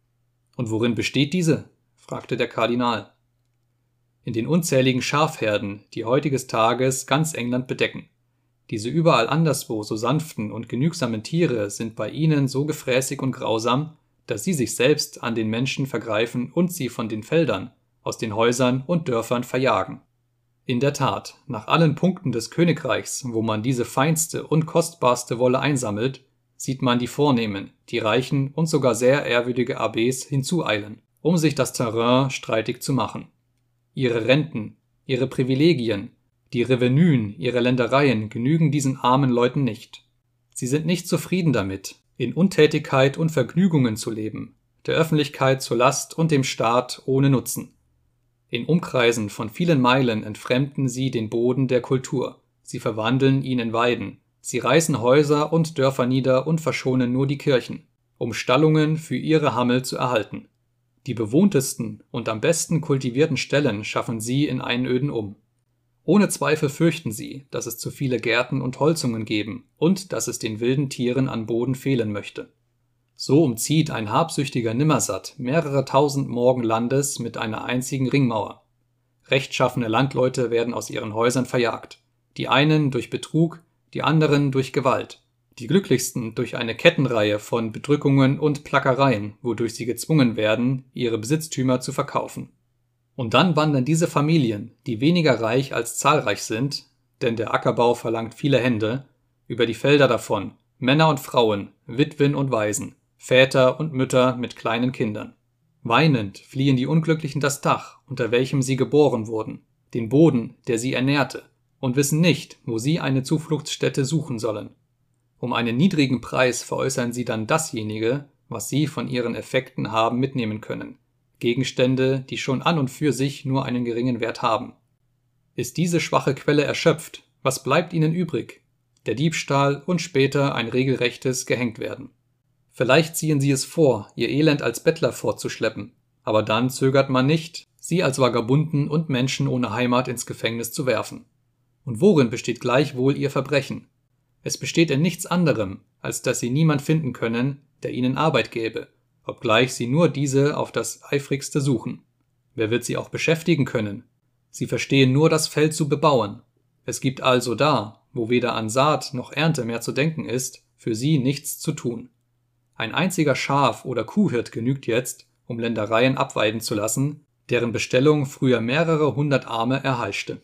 Und worin besteht diese? Fragte der Kardinal. In den unzähligen Schafherden, die heutiges Tages ganz England bedecken. Diese überall anderswo so sanften und genügsamen Tiere sind bei ihnen so gefräßig und grausam, dass sie sich selbst an den Menschen vergreifen und sie von den Feldern, aus den Häusern und Dörfern verjagen. In der Tat, nach allen Punkten des Königreichs, wo man diese feinste und kostbarste Wolle einsammelt, sieht man die Vornehmen, die reichen und sogar sehr ehrwürdige Abbés hinzueilen, um sich das Terrain streitig zu machen. Ihre Renten, ihre Privilegien, die Revenuen ihrer Ländereien genügen diesen armen Leuten nicht. Sie sind nicht zufrieden damit, in Untätigkeit und Vergnügungen zu leben, der Öffentlichkeit zur Last und dem Staat ohne Nutzen. In Umkreisen von vielen Meilen entfremden sie den Boden der Kultur, sie verwandeln ihn in Weiden, sie reißen Häuser und Dörfer nieder und verschonen nur die Kirchen, um Stallungen für ihre Hammel zu erhalten. Die bewohntesten und am besten kultivierten Stellen schaffen sie in Einöden um. Ohne Zweifel fürchten sie, dass es zu viele Gärten und Holzungen geben und dass es den wilden Tieren an Boden fehlen möchte. So umzieht ein habsüchtiger Nimmersatt mehrere tausend Morgen Landes mit einer einzigen Ringmauer. Rechtschaffene Landleute werden aus ihren Häusern verjagt, die einen durch Betrug, die anderen durch Gewalt, die Glücklichsten durch eine Kettenreihe von Bedrückungen und Plackereien, wodurch sie gezwungen werden, ihre Besitztümer zu verkaufen. Und dann wandern diese Familien, die weniger reich als zahlreich sind, denn der Ackerbau verlangt viele Hände, über die Felder davon, Männer und Frauen, Witwen und Waisen, Väter und Mütter mit kleinen Kindern. Weinend fliehen die Unglücklichen das Dach, unter welchem sie geboren wurden, den Boden, der sie ernährte, und wissen nicht, wo sie eine Zufluchtsstätte suchen sollen. Um einen niedrigen Preis veräußern sie dann dasjenige, was sie von ihren Effekten haben mitnehmen können, Gegenstände, die schon an und für sich nur einen geringen Wert haben. Ist diese schwache Quelle erschöpft, was bleibt ihnen übrig? Der Diebstahl und später ein regelrechtes Gehängtwerden. Vielleicht ziehen sie es vor, ihr Elend als Bettler fortzuschleppen, aber dann zögert man nicht, sie als Vagabunden und Menschen ohne Heimat ins Gefängnis zu werfen. Und worin besteht gleichwohl ihr Verbrechen? Es besteht in nichts anderem, als dass sie niemand finden können, der ihnen Arbeit gäbe, obgleich sie nur diese auf das eifrigste suchen. Wer wird sie auch beschäftigen können? Sie verstehen nur das Feld zu bebauen. Es gibt also da, wo weder an Saat noch Ernte mehr zu denken ist, für sie nichts zu tun. Ein einziger Schaf- oder Kuhhirt genügt jetzt, um Ländereien abweiden zu lassen, deren Bestellung früher mehrere hundert Arme erheischte.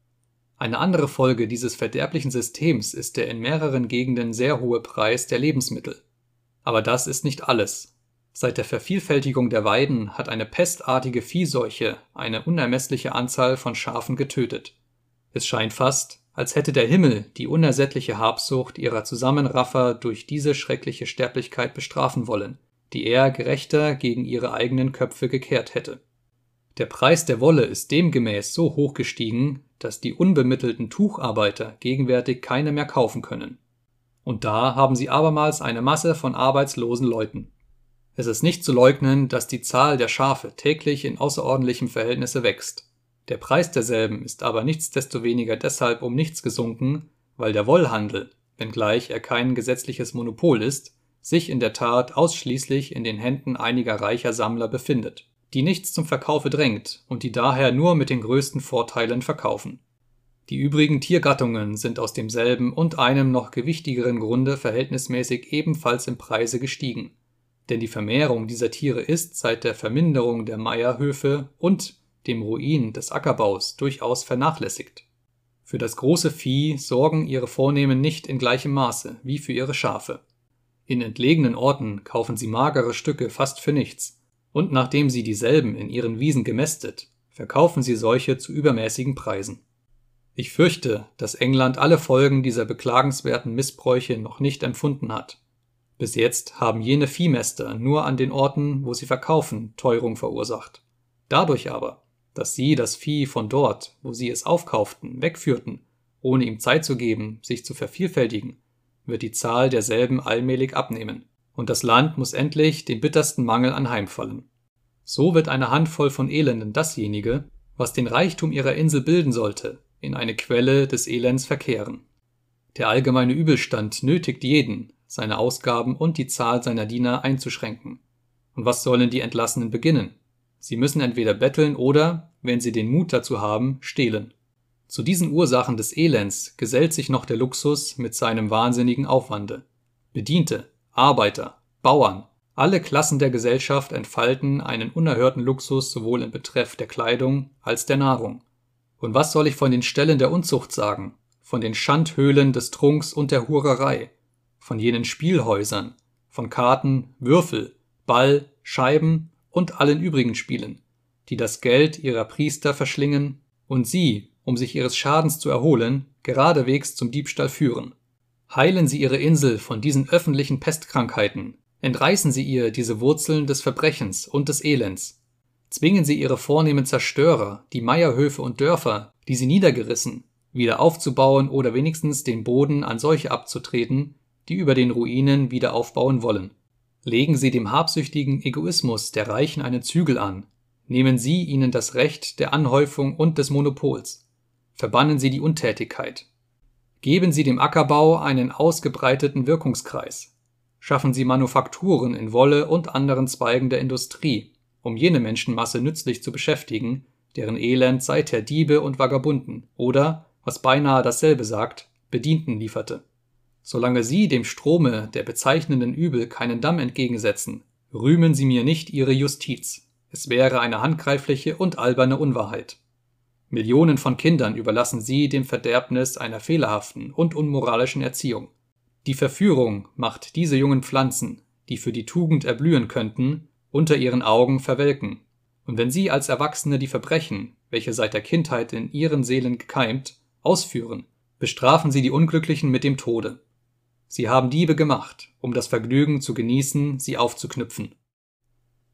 Eine andere Folge dieses verderblichen Systems ist der in mehreren Gegenden sehr hohe Preis der Lebensmittel. Aber das ist nicht alles. Seit der Vervielfältigung der Weiden hat eine pestartige Viehseuche eine unermessliche Anzahl von Schafen getötet. Es scheint fast, als hätte der Himmel die unersättliche Habsucht ihrer Zusammenraffer durch diese schreckliche Sterblichkeit bestrafen wollen, die er gerechter gegen ihre eigenen Köpfe gekehrt hätte. Der Preis der Wolle ist demgemäß so hoch gestiegen, dass die unbemittelten Tucharbeiter gegenwärtig keine mehr kaufen können. Und da haben sie abermals eine Masse von arbeitslosen Leuten. Es ist nicht zu leugnen, dass die Zahl der Schafe täglich in außerordentlichem Verhältnisse wächst. Der Preis derselben ist aber nichtsdestoweniger deshalb um nichts gesunken, weil der Wollhandel, wenngleich er kein gesetzliches Monopol ist, sich in der Tat ausschließlich in den Händen einiger reicher Sammler befindet, die nichts zum Verkaufe drängt und die daher nur mit den größten Vorteilen verkaufen. Die übrigen Tiergattungen sind aus demselben und einem noch gewichtigeren Grunde verhältnismäßig ebenfalls im Preise gestiegen, denn die Vermehrung dieser Tiere ist seit der Verminderung der Meierhöfe und dem Ruin des Ackerbaus durchaus vernachlässigt. Für das große Vieh sorgen ihre Vornehmen nicht in gleichem Maße wie für ihre Schafe. In entlegenen Orten kaufen sie magere Stücke fast für nichts, und nachdem sie dieselben in ihren Wiesen gemästet, verkaufen sie solche zu übermäßigen Preisen. Ich fürchte, dass England alle Folgen dieser beklagenswerten Missbräuche noch nicht empfunden hat. Bis jetzt haben jene Viehmäster nur an den Orten, wo sie verkaufen, Teuerung verursacht. Dadurch aber, dass sie das Vieh von dort, wo sie es aufkauften, wegführten, ohne ihm Zeit zu geben, sich zu vervielfältigen, wird die Zahl derselben allmählich abnehmen, und das Land muss endlich dem bittersten Mangel anheimfallen. So wird eine Handvoll von Elenden dasjenige, was den Reichtum ihrer Insel bilden sollte, in eine Quelle des Elends verkehren. Der allgemeine Übelstand nötigt jeden, seine Ausgaben und die Zahl seiner Diener einzuschränken. Und was sollen die Entlassenen beginnen? Sie müssen entweder betteln oder, wenn sie den Mut dazu haben, stehlen. Zu diesen Ursachen des Elends gesellt sich noch der Luxus mit seinem wahnsinnigen Aufwande. Bediente, Arbeiter, Bauern, alle Klassen der Gesellschaft entfalten einen unerhörten Luxus sowohl in Betreff der Kleidung als der Nahrung. Und was soll ich von den Ställen der Unzucht sagen, von den Schandhöhlen des Trunks und der Hurerei, von jenen Spielhäusern, von Karten, Würfel, Ball, Scheiben und allen übrigen Spielen, die das Geld ihrer Priester verschlingen und sie, um sich ihres Schadens zu erholen, geradewegs zum Diebstahl führen. Heilen Sie Ihre Insel von diesen öffentlichen Pestkrankheiten, entreißen Sie ihr diese Wurzeln des Verbrechens und des Elends. Zwingen Sie Ihre vornehmen Zerstörer, die Meierhöfe und Dörfer, die Sie niedergerissen, wieder aufzubauen oder wenigstens den Boden an solche abzutreten, die über den Ruinen wieder aufbauen wollen. Legen Sie dem habsüchtigen Egoismus der Reichen einen Zügel an. Nehmen Sie ihnen das Recht der Anhäufung und des Monopols. Verbannen Sie die Untätigkeit. Geben Sie dem Ackerbau einen ausgebreiteten Wirkungskreis. Schaffen Sie Manufakturen in Wolle und anderen Zweigen der Industrie, um jene Menschenmasse nützlich zu beschäftigen, deren Elend seither Diebe und Vagabunden oder, was beinahe dasselbe sagt, Bedienten lieferte. Solange Sie dem Strome der bezeichnenden Übel keinen Damm entgegensetzen, rühmen Sie mir nicht Ihre Justiz. Es wäre eine handgreifliche und alberne Unwahrheit. Millionen von Kindern überlassen Sie dem Verderbnis einer fehlerhaften und unmoralischen Erziehung. Die Verführung macht diese jungen Pflanzen, die für die Tugend erblühen könnten, unter ihren Augen verwelken. Und wenn Sie als Erwachsene die Verbrechen, welche seit der Kindheit in Ihren Seelen gekeimt, ausführen, bestrafen Sie die Unglücklichen mit dem Tode. Sie haben Diebe gemacht, um das Vergnügen zu genießen, sie aufzuknüpfen.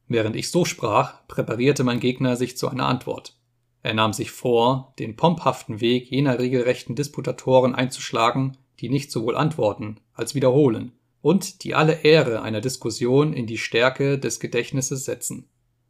Während ich so sprach, präparierte mein Gegner sich zu einer Antwort. Er nahm sich vor, den pomphaften Weg jener regelrechten Disputatoren einzuschlagen, die nicht sowohl antworten als wiederholen und die alle Ehre einer Diskussion in die Stärke des Gedächtnisses setzen.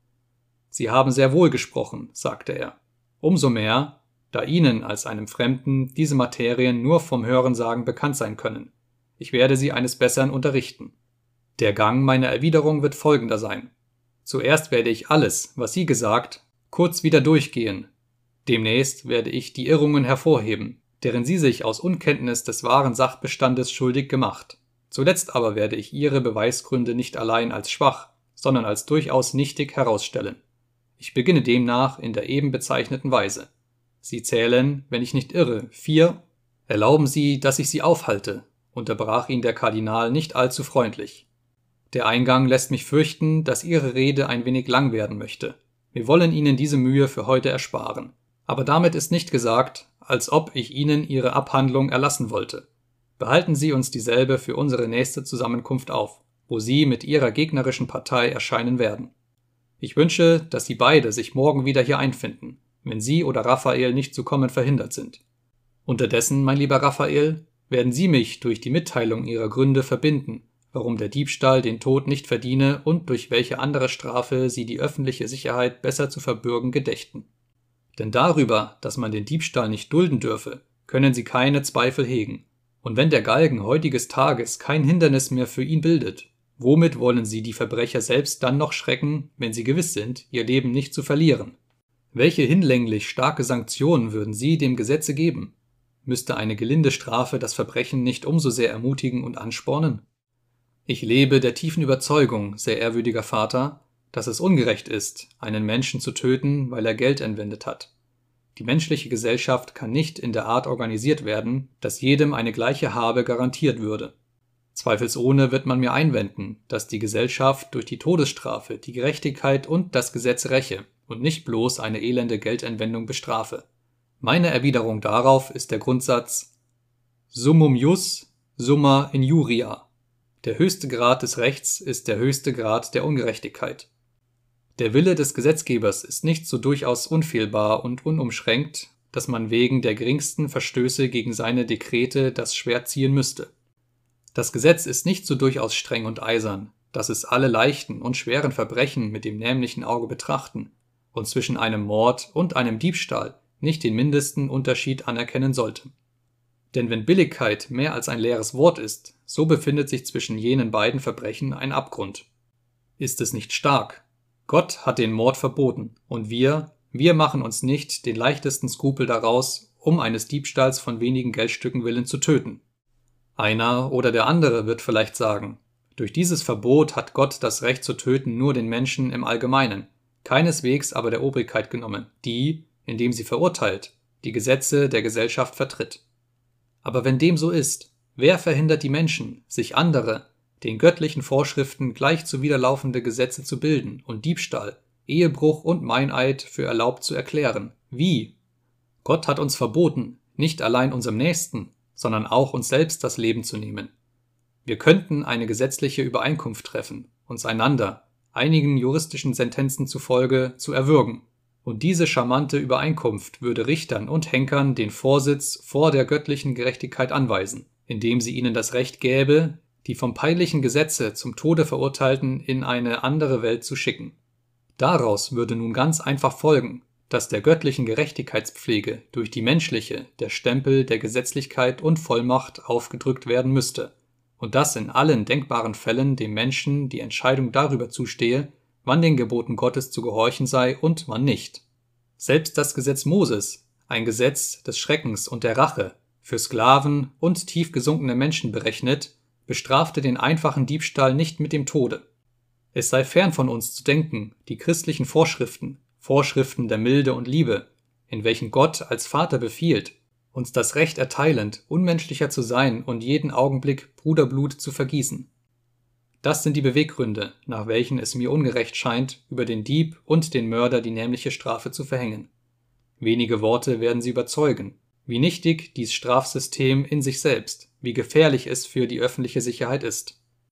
»Sie haben sehr wohl gesprochen«, sagte er. »Umso mehr, da Ihnen als einem Fremden diese Materien nur vom Hörensagen bekannt sein können. Ich werde Sie eines Besseren unterrichten. Der Gang meiner Erwiderung wird folgender sein. Zuerst werde ich alles, was Sie gesagt, kurz wieder durchgehen. Demnächst werde ich die Irrungen hervorheben, deren Sie sich aus Unkenntnis des wahren Sachbestandes schuldig gemacht. Zuletzt aber werde ich Ihre Beweisgründe nicht allein als schwach, sondern als durchaus nichtig herausstellen. Ich beginne demnach in der eben bezeichneten Weise. Sie zählen, wenn ich nicht irre, 4. Erlauben Sie, dass ich Sie aufhalte«, unterbrach ihn der Kardinal nicht allzu freundlich. »Der Eingang lässt mich fürchten, dass Ihre Rede ein wenig lang werden möchte. Wir wollen Ihnen diese Mühe für heute ersparen. Aber damit ist nicht gesagt, als ob ich Ihnen Ihre Abhandlung erlassen wollte. Behalten Sie uns dieselbe für unsere nächste Zusammenkunft auf, wo Sie mit Ihrer gegnerischen Partei erscheinen werden. Ich wünsche, dass Sie beide sich morgen wieder hier einfinden, wenn Sie oder Raphael nicht zu kommen verhindert sind. Unterdessen, mein lieber Raphael, werden Sie mich durch die Mitteilung Ihrer Gründe verbinden, warum der Diebstahl den Tod nicht verdiene und durch welche andere Strafe Sie die öffentliche Sicherheit besser zu verbürgen gedächten. Denn darüber, dass man den Diebstahl nicht dulden dürfe, können Sie keine Zweifel hegen. Und wenn der Galgen heutiges Tages kein Hindernis mehr für ihn bildet, womit wollen Sie die Verbrecher selbst dann noch schrecken, wenn sie gewiss sind, ihr Leben nicht zu verlieren? Welche hinlänglich starke Sanktionen würden Sie dem Gesetze geben? Müsste eine gelinde Strafe das Verbrechen nicht umso sehr ermutigen und anspornen? Ich lebe der tiefen Überzeugung, sehr ehrwürdiger Vater, dass es ungerecht ist, einen Menschen zu töten, weil er Geld entwendet hat. Die menschliche Gesellschaft kann nicht in der Art organisiert werden, dass jedem eine gleiche Habe garantiert würde. Zweifelsohne wird man mir einwenden, dass die Gesellschaft durch die Todesstrafe die Gerechtigkeit und das Gesetz räche und nicht bloß eine elende Geldentwendung bestrafe. Meine Erwiderung darauf ist der Grundsatz Summum jus, summa injuria. Der höchste Grad des Rechts ist der höchste Grad der Ungerechtigkeit. Der Wille des Gesetzgebers ist nicht so durchaus unfehlbar und unumschränkt, dass man wegen der geringsten Verstöße gegen seine Dekrete das Schwert ziehen müsste. Das Gesetz ist nicht so durchaus streng und eisern, dass es alle leichten und schweren Verbrechen mit dem nämlichen Auge betrachten und zwischen einem Mord und einem Diebstahl nicht den mindesten Unterschied anerkennen sollte. Denn wenn Billigkeit mehr als ein leeres Wort ist, so befindet sich zwischen jenen beiden Verbrechen ein Abgrund. Ist es nicht stark? Gott hat den Mord verboten und wir machen uns nicht den leichtesten Skrupel daraus, um eines Diebstahls von wenigen Geldstücken willen zu töten. Einer oder der andere wird vielleicht sagen, durch dieses Verbot hat Gott das Recht zu töten nur den Menschen im Allgemeinen, keineswegs aber der Obrigkeit genommen, die, indem sie verurteilt, die Gesetze der Gesellschaft vertritt. Aber wenn dem so ist, wer verhindert die Menschen, sich andere, den göttlichen Vorschriften gleich zuwiderlaufende Gesetze zu bilden und Diebstahl, Ehebruch und Meineid für erlaubt zu erklären? Wie? Gott hat uns verboten, nicht allein unserem Nächsten, sondern auch uns selbst das Leben zu nehmen. Wir könnten eine gesetzliche Übereinkunft treffen, uns einander, einigen juristischen Sentenzen zufolge, zu erwürgen. Und diese charmante Übereinkunft würde Richtern und Henkern den Vorsitz vor der göttlichen Gerechtigkeit anweisen, indem sie ihnen das Recht gäbe, die vom peinlichen Gesetze zum Tode Verurteilten in eine andere Welt zu schicken. Daraus würde nun ganz einfach folgen, dass der göttlichen Gerechtigkeitspflege durch die menschliche der Stempel der Gesetzlichkeit und Vollmacht aufgedrückt werden müsste, und dass in allen denkbaren Fällen dem Menschen die Entscheidung darüber zustehe, wann den Geboten Gottes zu gehorchen sei und wann nicht. Selbst das Gesetz Moses, ein Gesetz des Schreckens und der Rache, für Sklaven und tief gesunkene Menschen berechnet, bestrafte den einfachen Diebstahl nicht mit dem Tode. Es sei fern von uns zu denken, die christlichen Vorschriften der Milde und Liebe, in welchen Gott als Vater befiehlt, uns das Recht erteilend, unmenschlicher zu sein und jeden Augenblick Bruderblut zu vergießen. Das sind die Beweggründe, nach welchen es mir ungerecht scheint, über den Dieb und den Mörder die nämliche Strafe zu verhängen. Wenige Worte werden Sie überzeugen, wie nichtig dies Strafsystem in sich selbst, wie gefährlich es für die öffentliche Sicherheit ist.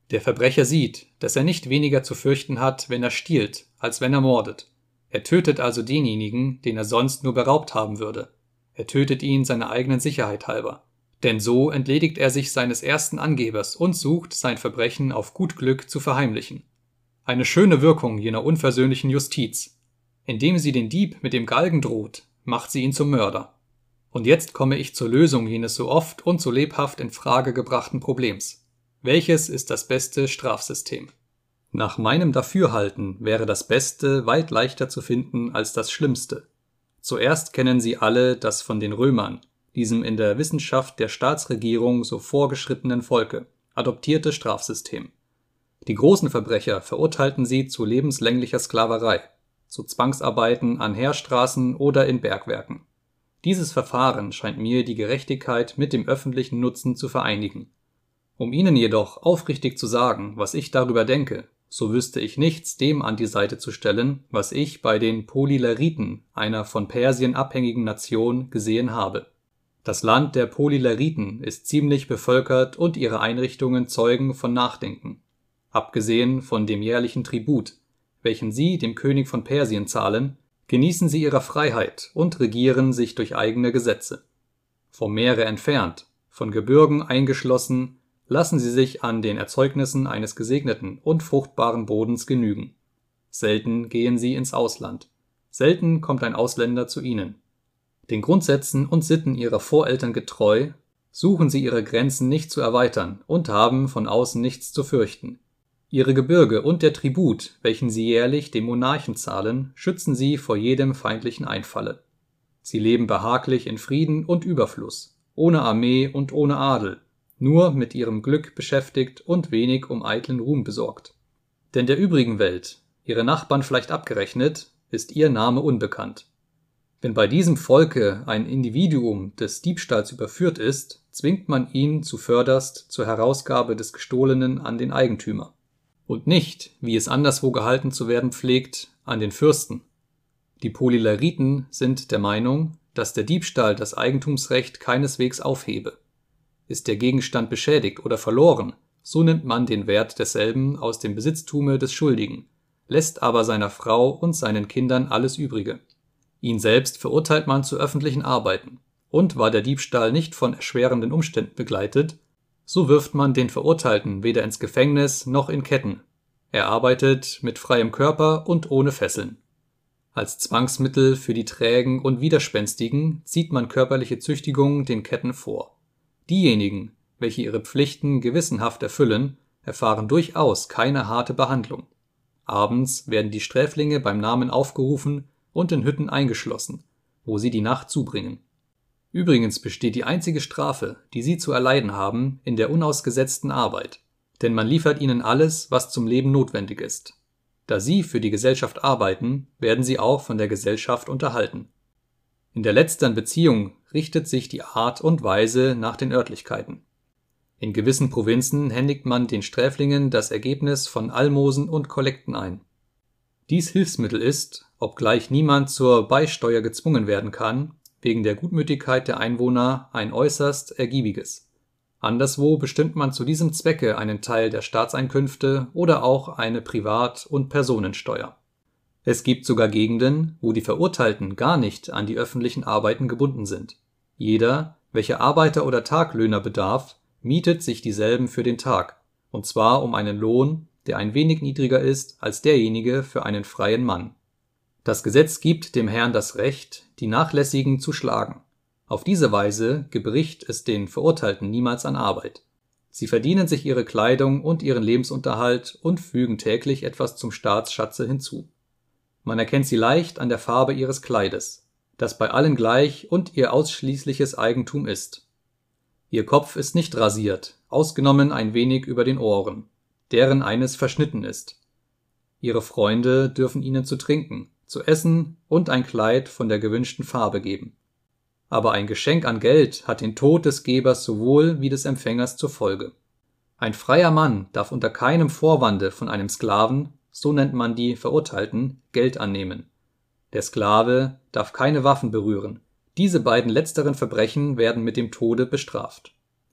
Der Verbrecher sieht, dass er nicht weniger zu fürchten hat, wenn er stiehlt, als wenn er mordet. Er tötet also denjenigen, den er sonst nur beraubt haben würde. Er tötet ihn seiner eigenen Sicherheit halber. Denn so entledigt er sich seines ersten Angebers und sucht, sein Verbrechen auf gut Glück zu verheimlichen. Eine schöne Wirkung jener unversöhnlichen Justiz. Indem sie den Dieb mit dem Galgen droht, macht sie ihn zum Mörder. Und jetzt komme ich zur Lösung jenes so oft und so lebhaft in Frage gebrachten Problems. Welches ist das beste Strafsystem? Nach meinem Dafürhalten wäre das Beste weit leichter zu finden als das Schlimmste. Zuerst kennen Sie alle das von den Römern, diesem in der Wissenschaft der Staatsregierung so vorgeschrittenen Volke, adoptierte Strafsystem. Die großen Verbrecher verurteilten sie zu lebenslänglicher Sklaverei, zu Zwangsarbeiten an Heerstraßen oder in Bergwerken. Dieses Verfahren scheint mir die Gerechtigkeit mit dem öffentlichen Nutzen zu vereinigen. Um Ihnen jedoch aufrichtig zu sagen, was ich darüber denke, so wüsste ich nichts dem an die Seite zu stellen, was ich bei den Polyleriten, einer von Persien abhängigen Nation, gesehen habe. Das Land der Polyleriten ist ziemlich bevölkert und ihre Einrichtungen zeugen von Nachdenken. Abgesehen von dem jährlichen Tribut, welchen sie dem König von Persien zahlen, genießen sie ihrer Freiheit und regieren sich durch eigene Gesetze. Vom Meere entfernt, von Gebirgen eingeschlossen, lassen sie sich an den Erzeugnissen eines gesegneten und fruchtbaren Bodens genügen. Selten gehen sie ins Ausland. Selten kommt ein Ausländer zu ihnen. Den Grundsätzen und Sitten ihrer Voreltern getreu, suchen sie ihre Grenzen nicht zu erweitern und haben von außen nichts zu fürchten. Ihre Gebirge und der Tribut, welchen sie jährlich dem Monarchen zahlen, schützen sie vor jedem feindlichen Einfalle. Sie leben behaglich in Frieden und Überfluss, ohne Armee und ohne Adel, nur mit ihrem Glück beschäftigt und wenig um eitlen Ruhm besorgt. Denn der übrigen Welt, ihre Nachbarn vielleicht abgerechnet, ist ihr Name unbekannt. Wenn bei diesem Volke ein Individuum des Diebstahls überführt ist, zwingt man ihn zuvörderst zur Herausgabe des Gestohlenen an den Eigentümer. Und nicht, wie es anderswo gehalten zu werden pflegt, an den Fürsten. Die Polyleriten sind der Meinung, dass der Diebstahl das Eigentumsrecht keineswegs aufhebe. Ist der Gegenstand beschädigt oder verloren, so nimmt man den Wert desselben aus dem Besitztume des Schuldigen, lässt aber seiner Frau und seinen Kindern alles Übrige. Ihn selbst verurteilt man zu öffentlichen Arbeiten, und war der Diebstahl nicht von erschwerenden Umständen begleitet, so wirft man den Verurteilten weder ins Gefängnis noch in Ketten. Er arbeitet mit freiem Körper und ohne Fesseln. Als Zwangsmittel für die Trägen und Widerspenstigen zieht man körperliche Züchtigung den Ketten vor. Diejenigen, welche ihre Pflichten gewissenhaft erfüllen, erfahren durchaus keine harte Behandlung. Abends werden die Sträflinge beim Namen aufgerufen und in Hütten eingeschlossen, wo sie die Nacht zubringen. Übrigens besteht die einzige Strafe, die sie zu erleiden haben, in der unausgesetzten Arbeit, denn man liefert ihnen alles, was zum Leben notwendig ist. Da sie für die Gesellschaft arbeiten, werden sie auch von der Gesellschaft unterhalten. In der letzteren Beziehung richtet sich die Art und Weise nach den Örtlichkeiten. In gewissen Provinzen händigt man den Sträflingen das Ergebnis von Almosen und Kollekten ein. Dies Hilfsmittel ist, obgleich niemand zur Beisteuer gezwungen werden kann, wegen der Gutmütigkeit der Einwohner ein äußerst ergiebiges. Anderswo bestimmt man zu diesem Zwecke einen Teil der Staatseinkünfte oder auch eine Privat- und Personensteuer. Es gibt sogar Gegenden, wo die Verurteilten gar nicht an die öffentlichen Arbeiten gebunden sind. Jeder, welcher Arbeiter oder Taglöhner bedarf, mietet sich dieselben für den Tag, und zwar um einen Lohn, der ein wenig niedriger ist als derjenige für einen freien Mann. Das Gesetz gibt dem Herrn das Recht, die Nachlässigen zu schlagen. Auf diese Weise gebricht es den Verurteilten niemals an Arbeit. Sie verdienen sich ihre Kleidung und ihren Lebensunterhalt und fügen täglich etwas zum Staatsschatze hinzu. Man erkennt sie leicht an der Farbe ihres Kleides, das bei allen gleich und ihr ausschließliches Eigentum ist. Ihr Kopf ist nicht rasiert, ausgenommen ein wenig über den Ohren, deren eines verschnitten ist. Ihre Freunde dürfen ihnen zu trinken, zu essen und ein Kleid von der gewünschten Farbe geben. Aber ein Geschenk an Geld hat den Tod des Gebers sowohl wie des Empfängers zur Folge. Ein freier Mann darf unter keinem Vorwande von einem Sklaven, so nennt man die Verurteilten, Geld annehmen. Der Sklave darf keine Waffen berühren. Diese beiden letzteren Verbrechen werden mit dem Tode bestraft.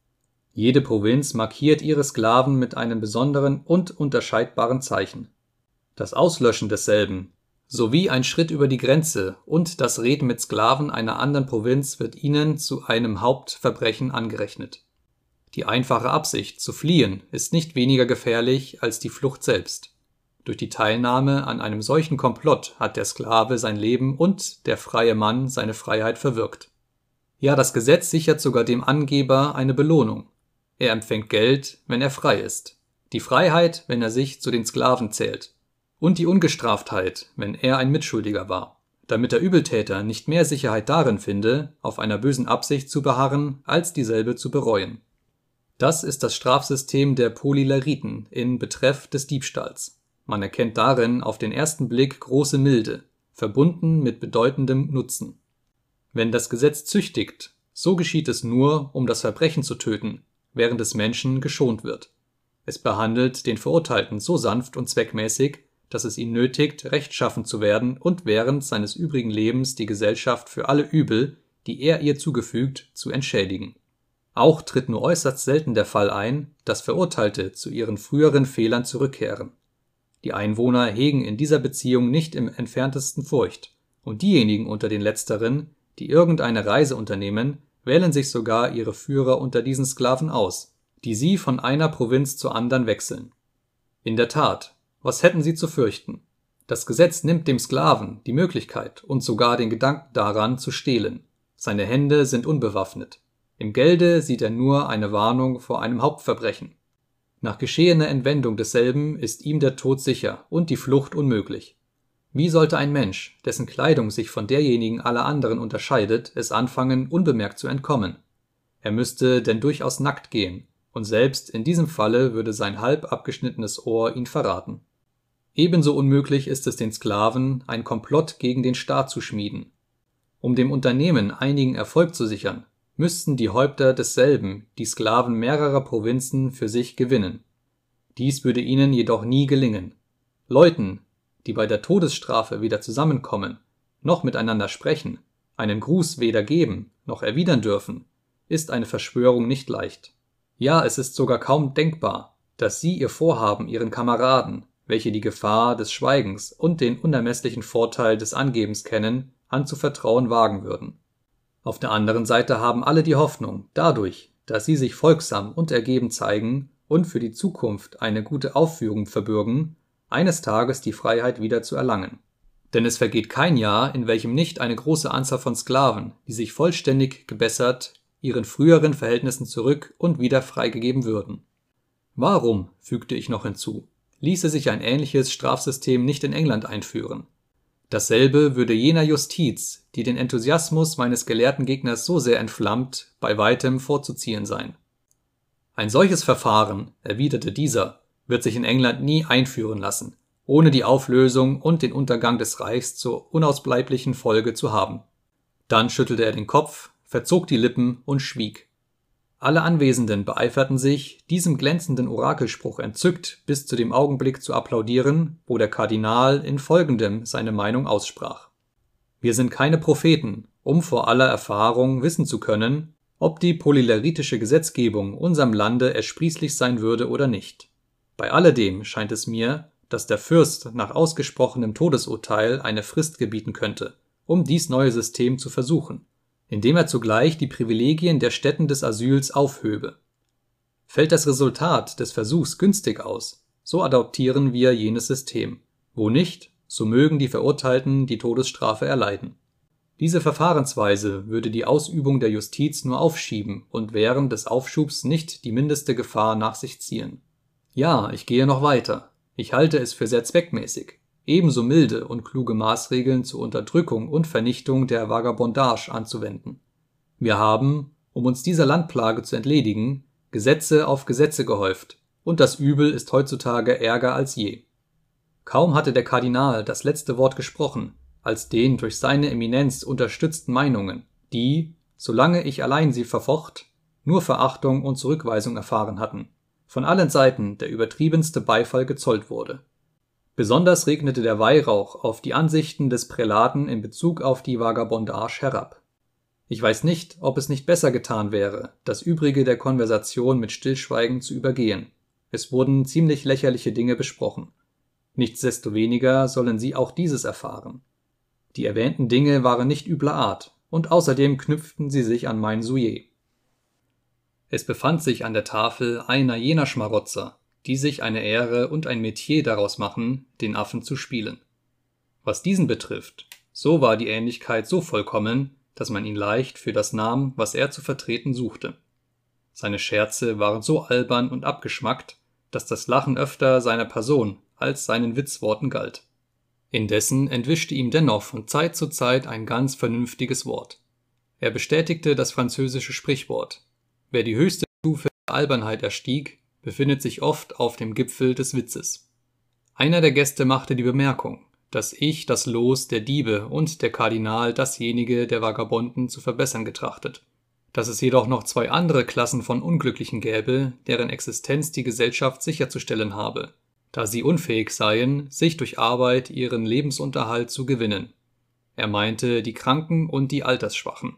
Jede Provinz markiert ihre Sklaven mit einem besonderen und unterscheidbaren Zeichen. Das Auslöschen desselben sowie ein Schritt über die Grenze und das Reden mit Sklaven einer anderen Provinz wird ihnen zu einem Hauptverbrechen angerechnet. Die einfache Absicht, zu fliehen, ist nicht weniger gefährlich als die Flucht selbst. Durch die Teilnahme an einem solchen Komplott hat der Sklave sein Leben und der freie Mann seine Freiheit verwirkt. Ja, das Gesetz sichert sogar dem Angeber eine Belohnung. Er empfängt Geld, wenn er frei ist, die Freiheit, wenn er sich zu den Sklaven zählt, und die Ungestraftheit, wenn er ein Mitschuldiger war, damit der Übeltäter nicht mehr Sicherheit darin finde, auf einer bösen Absicht zu beharren, als dieselbe zu bereuen. Das ist das Strafsystem der Polyleriten in Betreff des Diebstahls. Man erkennt darin auf den ersten Blick große Milde, verbunden mit bedeutendem Nutzen. Wenn das Gesetz züchtigt, so geschieht es nur, um das Verbrechen zu töten, während des Menschen geschont wird. Es behandelt den Verurteilten so sanft und zweckmäßig, dass es ihn nötigt, rechtschaffen zu werden und während seines übrigen Lebens die Gesellschaft für alle Übel, die er ihr zugefügt, zu entschädigen. Auch tritt nur äußerst selten der Fall ein, dass Verurteilte zu ihren früheren Fehlern zurückkehren. Die Einwohner hegen in dieser Beziehung nicht im entferntesten Furcht, und diejenigen unter den Letzteren, die irgendeine Reise unternehmen, wählen sich sogar ihre Führer unter diesen Sklaven aus, die sie von einer Provinz zur anderen wechseln. In der Tat, was hätten sie zu fürchten? Das Gesetz nimmt dem Sklaven die Möglichkeit und sogar den Gedanken daran, zu stehlen. Seine Hände sind unbewaffnet. Im Gelde sieht er nur eine Warnung vor einem Hauptverbrechen. Nach geschehener Entwendung desselben ist ihm der Tod sicher und die Flucht unmöglich. Wie sollte ein Mensch, dessen Kleidung sich von derjenigen aller anderen unterscheidet, es anfangen, unbemerkt zu entkommen? Er müsste denn durchaus nackt gehen, und selbst in diesem Falle würde sein halb abgeschnittenes Ohr ihn verraten. Ebenso unmöglich ist es den Sklaven, ein Komplott gegen den Staat zu schmieden. Um dem Unternehmen einigen Erfolg zu sichern, müssten die Häupter desselben die Sklaven mehrerer Provinzen für sich gewinnen. Dies würde ihnen jedoch nie gelingen. Leuten, die bei der Todesstrafe weder zusammenkommen, noch miteinander sprechen, einen Gruß weder geben, noch erwidern dürfen, ist eine Verschwörung nicht leicht. Ja, es ist sogar kaum denkbar, dass sie ihr Vorhaben ihren Kameraden, welche die Gefahr des Schweigens und den unermesslichen Vorteil des Angebens kennen, anzuvertrauen wagen würden. Auf der anderen Seite haben alle die Hoffnung, dadurch, dass sie sich folgsam und ergeben zeigen und für die Zukunft eine gute Aufführung verbürgen, eines Tages die Freiheit wieder zu erlangen. Denn es vergeht kein Jahr, in welchem nicht eine große Anzahl von Sklaven, die sich vollständig gebessert, ihren früheren Verhältnissen zurück und wieder freigegeben würden. Warum, fügte ich noch hinzu, ließe sich ein ähnliches Strafsystem nicht in England einführen? Dasselbe würde jener Justiz, die den Enthusiasmus meines gelehrten Gegners so sehr entflammt, bei weitem vorzuziehen sein. Ein solches Verfahren, erwiderte dieser, wird sich in England nie einführen lassen, ohne die Auflösung und den Untergang des Reichs zur unausbleiblichen Folge zu haben. Dann schüttelte er den Kopf, verzog die Lippen und schwieg. Alle Anwesenden beeiferten sich, diesem glänzenden Orakelspruch entzückt bis zu dem Augenblick zu applaudieren, wo der Kardinal in Folgendem seine Meinung aussprach. Wir sind keine Propheten, um vor aller Erfahrung wissen zu können, ob die polyleritische Gesetzgebung unserem Lande ersprießlich sein würde oder nicht. Bei alledem scheint es mir, dass der Fürst nach ausgesprochenem Todesurteil eine Frist gebieten könnte, um dies neue System zu versuchen, indem er zugleich die Privilegien der Stätten des Asyls aufhöbe. Fällt das Resultat des Versuchs günstig aus, so adoptieren wir jenes System. Wo nicht, so mögen die Verurteilten die Todesstrafe erleiden. Diese Verfahrensweise würde die Ausübung der Justiz nur aufschieben und während des Aufschubs nicht die mindeste Gefahr nach sich ziehen. Ja, ich gehe noch weiter. Ich halte es für sehr zweckmäßig, ebenso milde und kluge Maßregeln zur Unterdrückung und Vernichtung der Vagabondage anzuwenden. Wir haben, um uns dieser Landplage zu entledigen, Gesetze auf Gesetze gehäuft, und das Übel ist heutzutage ärger als je. Kaum hatte der Kardinal das letzte Wort gesprochen, als den durch seine Eminenz unterstützten Meinungen, die, solange ich allein sie verfocht, nur Verachtung und Zurückweisung erfahren hatten, von allen Seiten der übertriebenste Beifall gezollt wurde. Besonders regnete der Weihrauch auf die Ansichten des Prälaten in Bezug auf die Vagabondage herab. Ich weiß nicht, ob es nicht besser getan wäre, das Übrige der Konversation mit Stillschweigen zu übergehen. Es wurden ziemlich lächerliche Dinge besprochen. Nichtsdestoweniger sollen Sie auch dieses erfahren. Die erwähnten Dinge waren nicht übler Art, und außerdem knüpften sie sich an mein Soujet. Es befand sich an der Tafel einer jener Schmarotzer, die sich eine Ehre und ein Metier daraus machen, den Affen zu spielen. Was diesen betrifft, so war die Ähnlichkeit so vollkommen, dass man ihn leicht für das nahm, was er zu vertreten suchte. Seine Scherze waren so albern und abgeschmackt, dass das Lachen öfter seiner Person als seinen Witzworten galt. Indessen entwischte ihm dennoch von Zeit zu Zeit ein ganz vernünftiges Wort. Er bestätigte das französische Sprichwort: Wer die höchste Stufe der Albernheit erstieg, befindet sich oft auf dem Gipfel des Witzes. Einer der Gäste machte die Bemerkung, dass ich das Los der Diebe und der Kardinal dasjenige der Vagabonden zu verbessern getrachtet, dass es jedoch noch zwei andere Klassen von Unglücklichen gäbe, deren Existenz die Gesellschaft sicherzustellen habe, da sie unfähig seien, sich durch Arbeit ihren Lebensunterhalt zu gewinnen. Er meinte die Kranken und die Altersschwachen.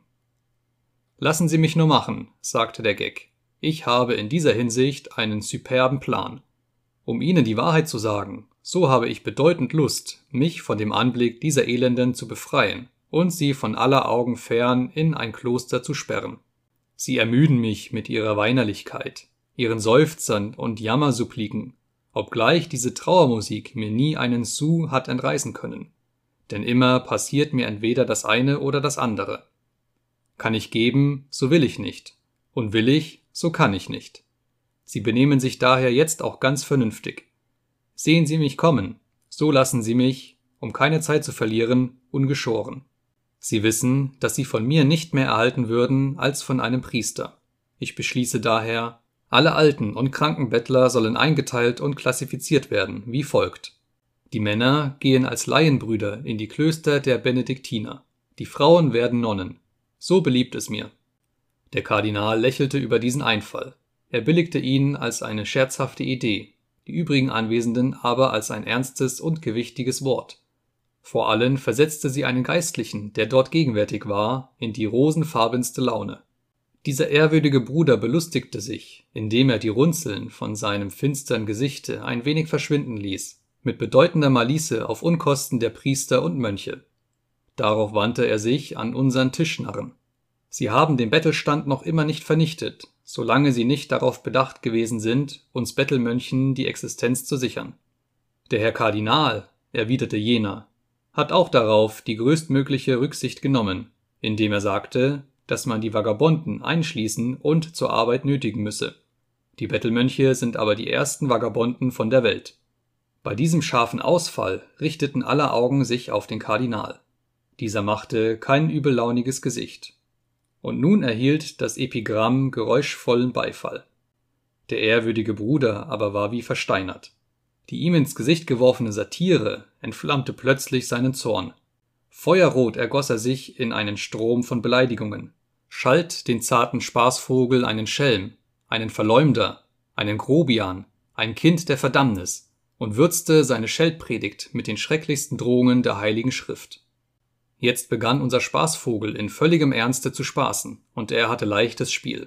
»Lassen Sie mich nur machen«, sagte der Geg. »Ich habe in dieser Hinsicht einen superben Plan. Um Ihnen die Wahrheit zu sagen, so habe ich bedeutend Lust, mich von dem Anblick dieser Elenden zu befreien und sie von aller Augen fern in ein Kloster zu sperren. Sie ermüden mich mit ihrer Weinerlichkeit, ihren Seufzern und Jammersuppliken, obgleich diese Trauermusik mir nie einen Sou hat entreißen können. Denn immer passiert mir entweder das eine oder das andere. Kann ich geben, so will ich nicht. Und will ich, so kann ich nicht. Sie benehmen sich daher jetzt auch ganz vernünftig. Sehen Sie mich kommen, so lassen Sie mich, um keine Zeit zu verlieren, ungeschoren. Sie wissen, dass Sie von mir nicht mehr erhalten würden als von einem Priester. Ich beschließe daher, alle alten und kranken Bettler sollen eingeteilt und klassifiziert werden, wie folgt. Die Männer gehen als Laienbrüder in die Klöster der Benediktiner. Die Frauen werden Nonnen. So beliebt es mir. Der Kardinal lächelte über diesen Einfall. Er billigte ihn als eine scherzhafte Idee, die übrigen Anwesenden aber als ein ernstes und gewichtiges Wort. Vor allen versetzte sie einen Geistlichen, der dort gegenwärtig war, in die rosenfarbenste Laune. Dieser ehrwürdige Bruder belustigte sich, indem er die Runzeln von seinem finstern Gesichte ein wenig verschwinden ließ, mit bedeutender Malice auf Unkosten der Priester und Mönche. Darauf wandte er sich an unseren Tischnarren. Sie haben den Bettelstand noch immer nicht vernichtet, solange sie nicht darauf bedacht gewesen sind, uns Bettelmönchen die Existenz zu sichern. Der Herr Kardinal, erwiderte jener, hat auch darauf die größtmögliche Rücksicht genommen, indem er sagte, dass man die Vagabonden einschließen und zur Arbeit nötigen müsse. Die Bettelmönche sind aber die ersten Vagabonden von der Welt. Bei diesem scharfen Ausfall richteten alle Augen sich auf den Kardinal. Dieser machte kein übellauniges Gesicht. Und nun erhielt das Epigramm geräuschvollen Beifall. Der ehrwürdige Bruder aber war wie versteinert. Die ihm ins Gesicht geworfene Satire entflammte plötzlich seinen Zorn. Feuerrot ergoss er sich in einen Strom von Beleidigungen, schalt den zarten Spaßvogel einen Schelm, einen Verleumder, einen Grobian, ein Kind der Verdammnis und würzte seine Scheltpredigt mit den schrecklichsten Drohungen der Heiligen Schrift. Jetzt begann unser Spaßvogel in völligem Ernste zu spaßen, und er hatte leichtes Spiel.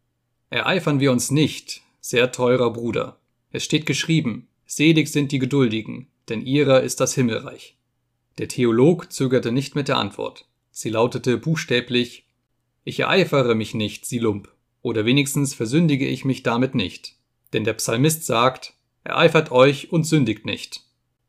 Ereifern wir uns nicht, sehr teurer Bruder. Es steht geschrieben, selig sind die Geduldigen, denn ihrer ist das Himmelreich. Der Theolog zögerte nicht mit der Antwort. Sie lautete buchstäblich: Ich ereifere mich nicht, Sie Lump, oder wenigstens versündige ich mich damit nicht. Denn der Psalmist sagt, ereifert euch und sündigt nicht.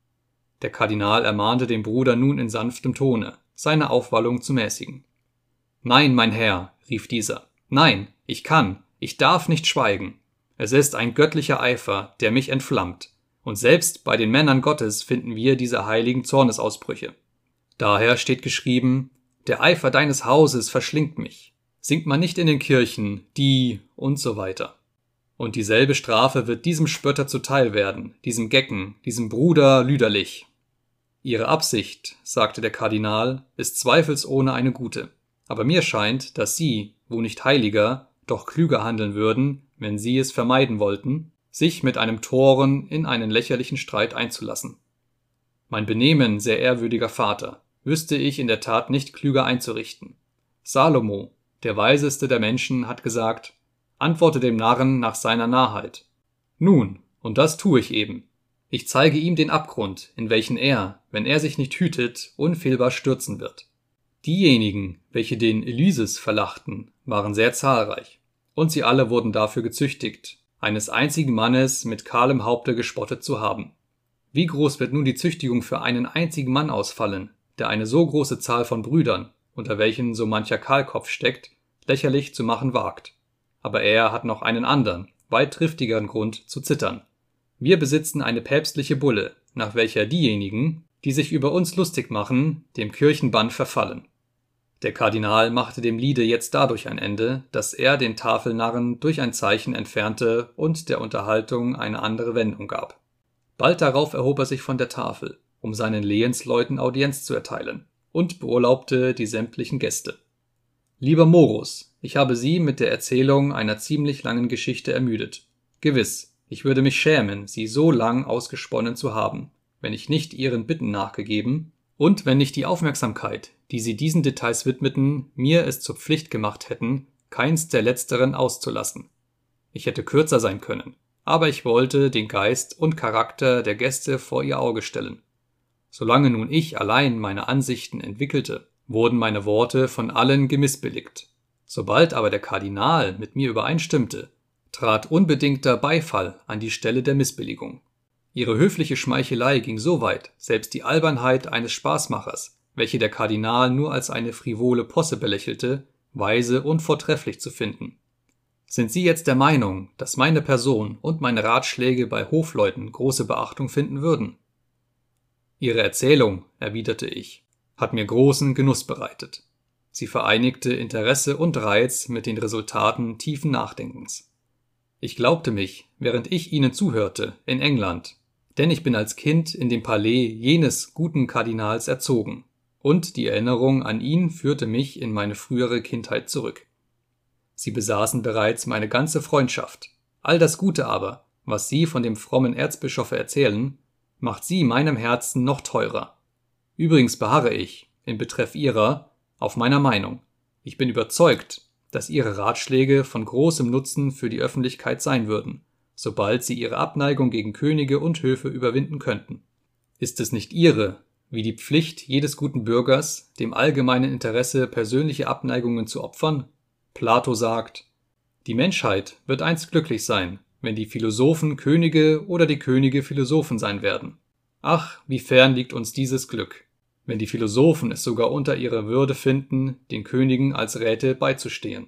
Der Kardinal ermahnte den Bruder nun in sanftem Tone, seine Aufwallung zu mäßigen. Nein, mein Herr, rief dieser, nein, ich darf nicht schweigen. Es ist ein göttlicher Eifer, der mich entflammt. Und selbst bei den Männern Gottes finden wir diese heiligen Zornesausbrüche. Daher steht geschrieben, der Eifer deines Hauses verschlingt mich. Singt man nicht in den Kirchen, die und so weiter. Und dieselbe Strafe wird diesem Spötter zuteil werden, diesem Gecken, diesem Bruder Lüderlich. Ihre Absicht, sagte der Kardinal, ist zweifelsohne eine gute. Aber mir scheint, dass Sie, wo nicht heiliger, doch klüger handeln würden, wenn Sie es vermeiden wollten, sich mit einem Toren in einen lächerlichen Streit einzulassen. Mein Benehmen, sehr ehrwürdiger Vater, wüsste ich in der Tat nicht klüger einzurichten. Salomo, der weiseste der Menschen, hat gesagt: Antworte dem Narren nach seiner Narrheit. Nun, und das tue ich eben. Ich zeige ihm den Abgrund, in welchen er, wenn er sich nicht hütet, unfehlbar stürzen wird. Diejenigen, welche den Elysis verlachten, waren sehr zahlreich, und sie alle wurden dafür gezüchtigt, eines einzigen Mannes mit kahlem Haupte gespottet zu haben. Wie groß wird nun die Züchtigung für einen einzigen Mann ausfallen, der eine so große Zahl von Brüdern, unter welchen so mancher Kahlkopf steckt, lächerlich zu machen wagt. Aber er hat noch einen anderen, weit triftigeren Grund zu zittern. Wir besitzen eine päpstliche Bulle, nach welcher diejenigen, die sich über uns lustig machen, dem Kirchenbann verfallen. Der Kardinal machte dem Liede jetzt dadurch ein Ende, dass er den Tafelnarren durch ein Zeichen entfernte und der Unterhaltung eine andere Wendung gab. Bald darauf erhob er sich von der Tafel, um seinen Lehensleuten Audienz zu erteilen, und beurlaubte die sämtlichen Gäste. Lieber Morus, ich habe Sie mit der Erzählung einer ziemlich langen Geschichte ermüdet. Gewiss, ich würde mich schämen, sie so lang ausgesponnen zu haben, wenn ich nicht Ihren Bitten nachgegeben und wenn nicht die Aufmerksamkeit, die Sie diesen Details widmeten, mir es zur Pflicht gemacht hätten, keins der letzteren auszulassen. Ich hätte kürzer sein können, aber ich wollte den Geist und Charakter der Gäste vor Ihr Auge stellen. Solange nun ich allein meine Ansichten entwickelte, wurden meine Worte von allen gemissbilligt. Sobald aber der Kardinal mit mir übereinstimmte, trat unbedingter Beifall an die Stelle der Missbilligung. Ihre höfliche Schmeichelei ging so weit, selbst die Albernheit eines Spaßmachers, welche der Kardinal nur als eine frivole Posse belächelte, weise und vortrefflich zu finden. Sind Sie jetzt der Meinung, dass meine Person und meine Ratschläge bei Hofleuten große Beachtung finden würden? Ihre Erzählung, erwiderte ich, hat mir großen Genuss bereitet. Sie vereinigte Interesse und Reiz mit den Resultaten tiefen Nachdenkens. Ich glaubte mich, während ich Ihnen zuhörte, in England, denn ich bin als Kind in dem Palais jenes guten Kardinals erzogen, und die Erinnerung an ihn führte mich in meine frühere Kindheit zurück. Sie besaßen bereits meine ganze Freundschaft. All das Gute aber, was Sie von dem frommen Erzbischofe erzählen, macht Sie meinem Herzen noch teurer. Übrigens beharre ich, in Betreff Ihrer, auf meiner Meinung. Ich bin überzeugt, dass Ihre Ratschläge von großem Nutzen für die Öffentlichkeit sein würden, sobald Sie Ihre Abneigung gegen Könige und Höfe überwinden könnten. Ist es nicht Ihre, wie die Pflicht jedes guten Bürgers, dem allgemeinen Interesse persönliche Abneigungen zu opfern? Plato sagt: Die Menschheit wird einst glücklich sein, wenn die Philosophen Könige oder die Könige Philosophen sein werden. Ach, wie fern liegt uns dieses Glück, wenn die Philosophen es sogar unter ihrer Würde finden, den Königen als Räte beizustehen.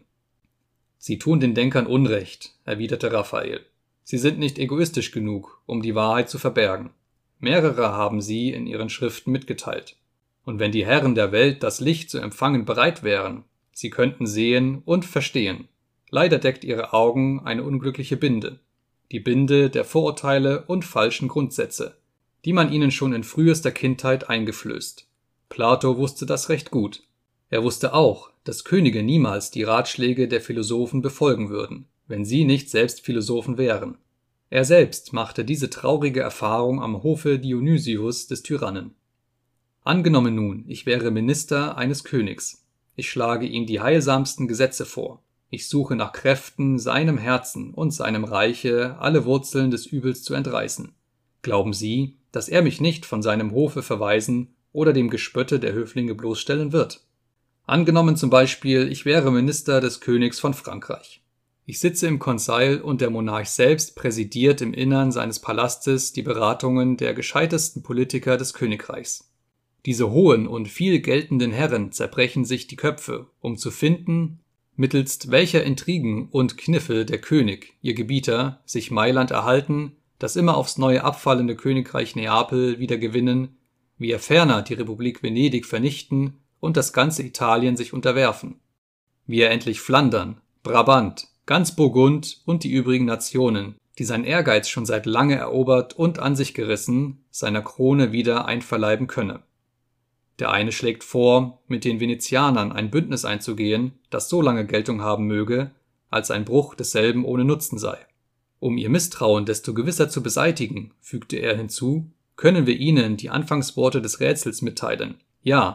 Sie tun den Denkern Unrecht, erwiderte Raphael. Sie sind nicht egoistisch genug, um die Wahrheit zu verbergen. Mehrere haben sie in ihren Schriften mitgeteilt. Und wenn die Herren der Welt das Licht zu empfangen bereit wären, sie könnten sehen und verstehen. Leider deckt ihre Augen eine unglückliche Binde, die Binde der Vorurteile und falschen Grundsätze, die man ihnen schon in frühester Kindheit eingeflößt. Plato wusste das recht gut. Er wusste auch, dass Könige niemals die Ratschläge der Philosophen befolgen würden, wenn sie nicht selbst Philosophen wären. Er selbst machte diese traurige Erfahrung am Hofe Dionysius des Tyrannen. Angenommen nun, ich wäre Minister eines Königs. Ich schlage ihm die heilsamsten Gesetze vor. Ich suche nach Kräften, seinem Herzen und seinem Reiche alle Wurzeln des Übels zu entreißen. Glauben Sie, dass er mich nicht von seinem Hofe verweisen oder dem Gespötte der Höflinge bloßstellen wird? Angenommen zum Beispiel, ich wäre Minister des Königs von Frankreich. Ich sitze im Konseil und der Monarch selbst präsidiert im Innern seines Palastes die Beratungen der gescheitesten Politiker des Königreichs. Diese hohen und viel geltenden Herren zerbrechen sich die Köpfe, um zu finden, mittelst welcher Intrigen und Kniffe der König, ihr Gebieter, sich Mailand erhalten, das immer aufs neue abfallende Königreich Neapel wieder gewinnen, wie er ferner die Republik Venedig vernichten und das ganze Italien sich unterwerfen, wie er endlich Flandern, Brabant, ganz Burgund und die übrigen Nationen, die sein Ehrgeiz schon seit lange erobert und an sich gerissen, seiner Krone wieder einverleiben könne. Der eine schlägt vor, mit den Venezianern ein Bündnis einzugehen, das so lange Geltung haben möge, als ein Bruch desselben ohne Nutzen sei. Um ihr Misstrauen desto gewisser zu beseitigen, fügte er hinzu, können wir ihnen die Anfangsworte des Rätsels mitteilen. Ja,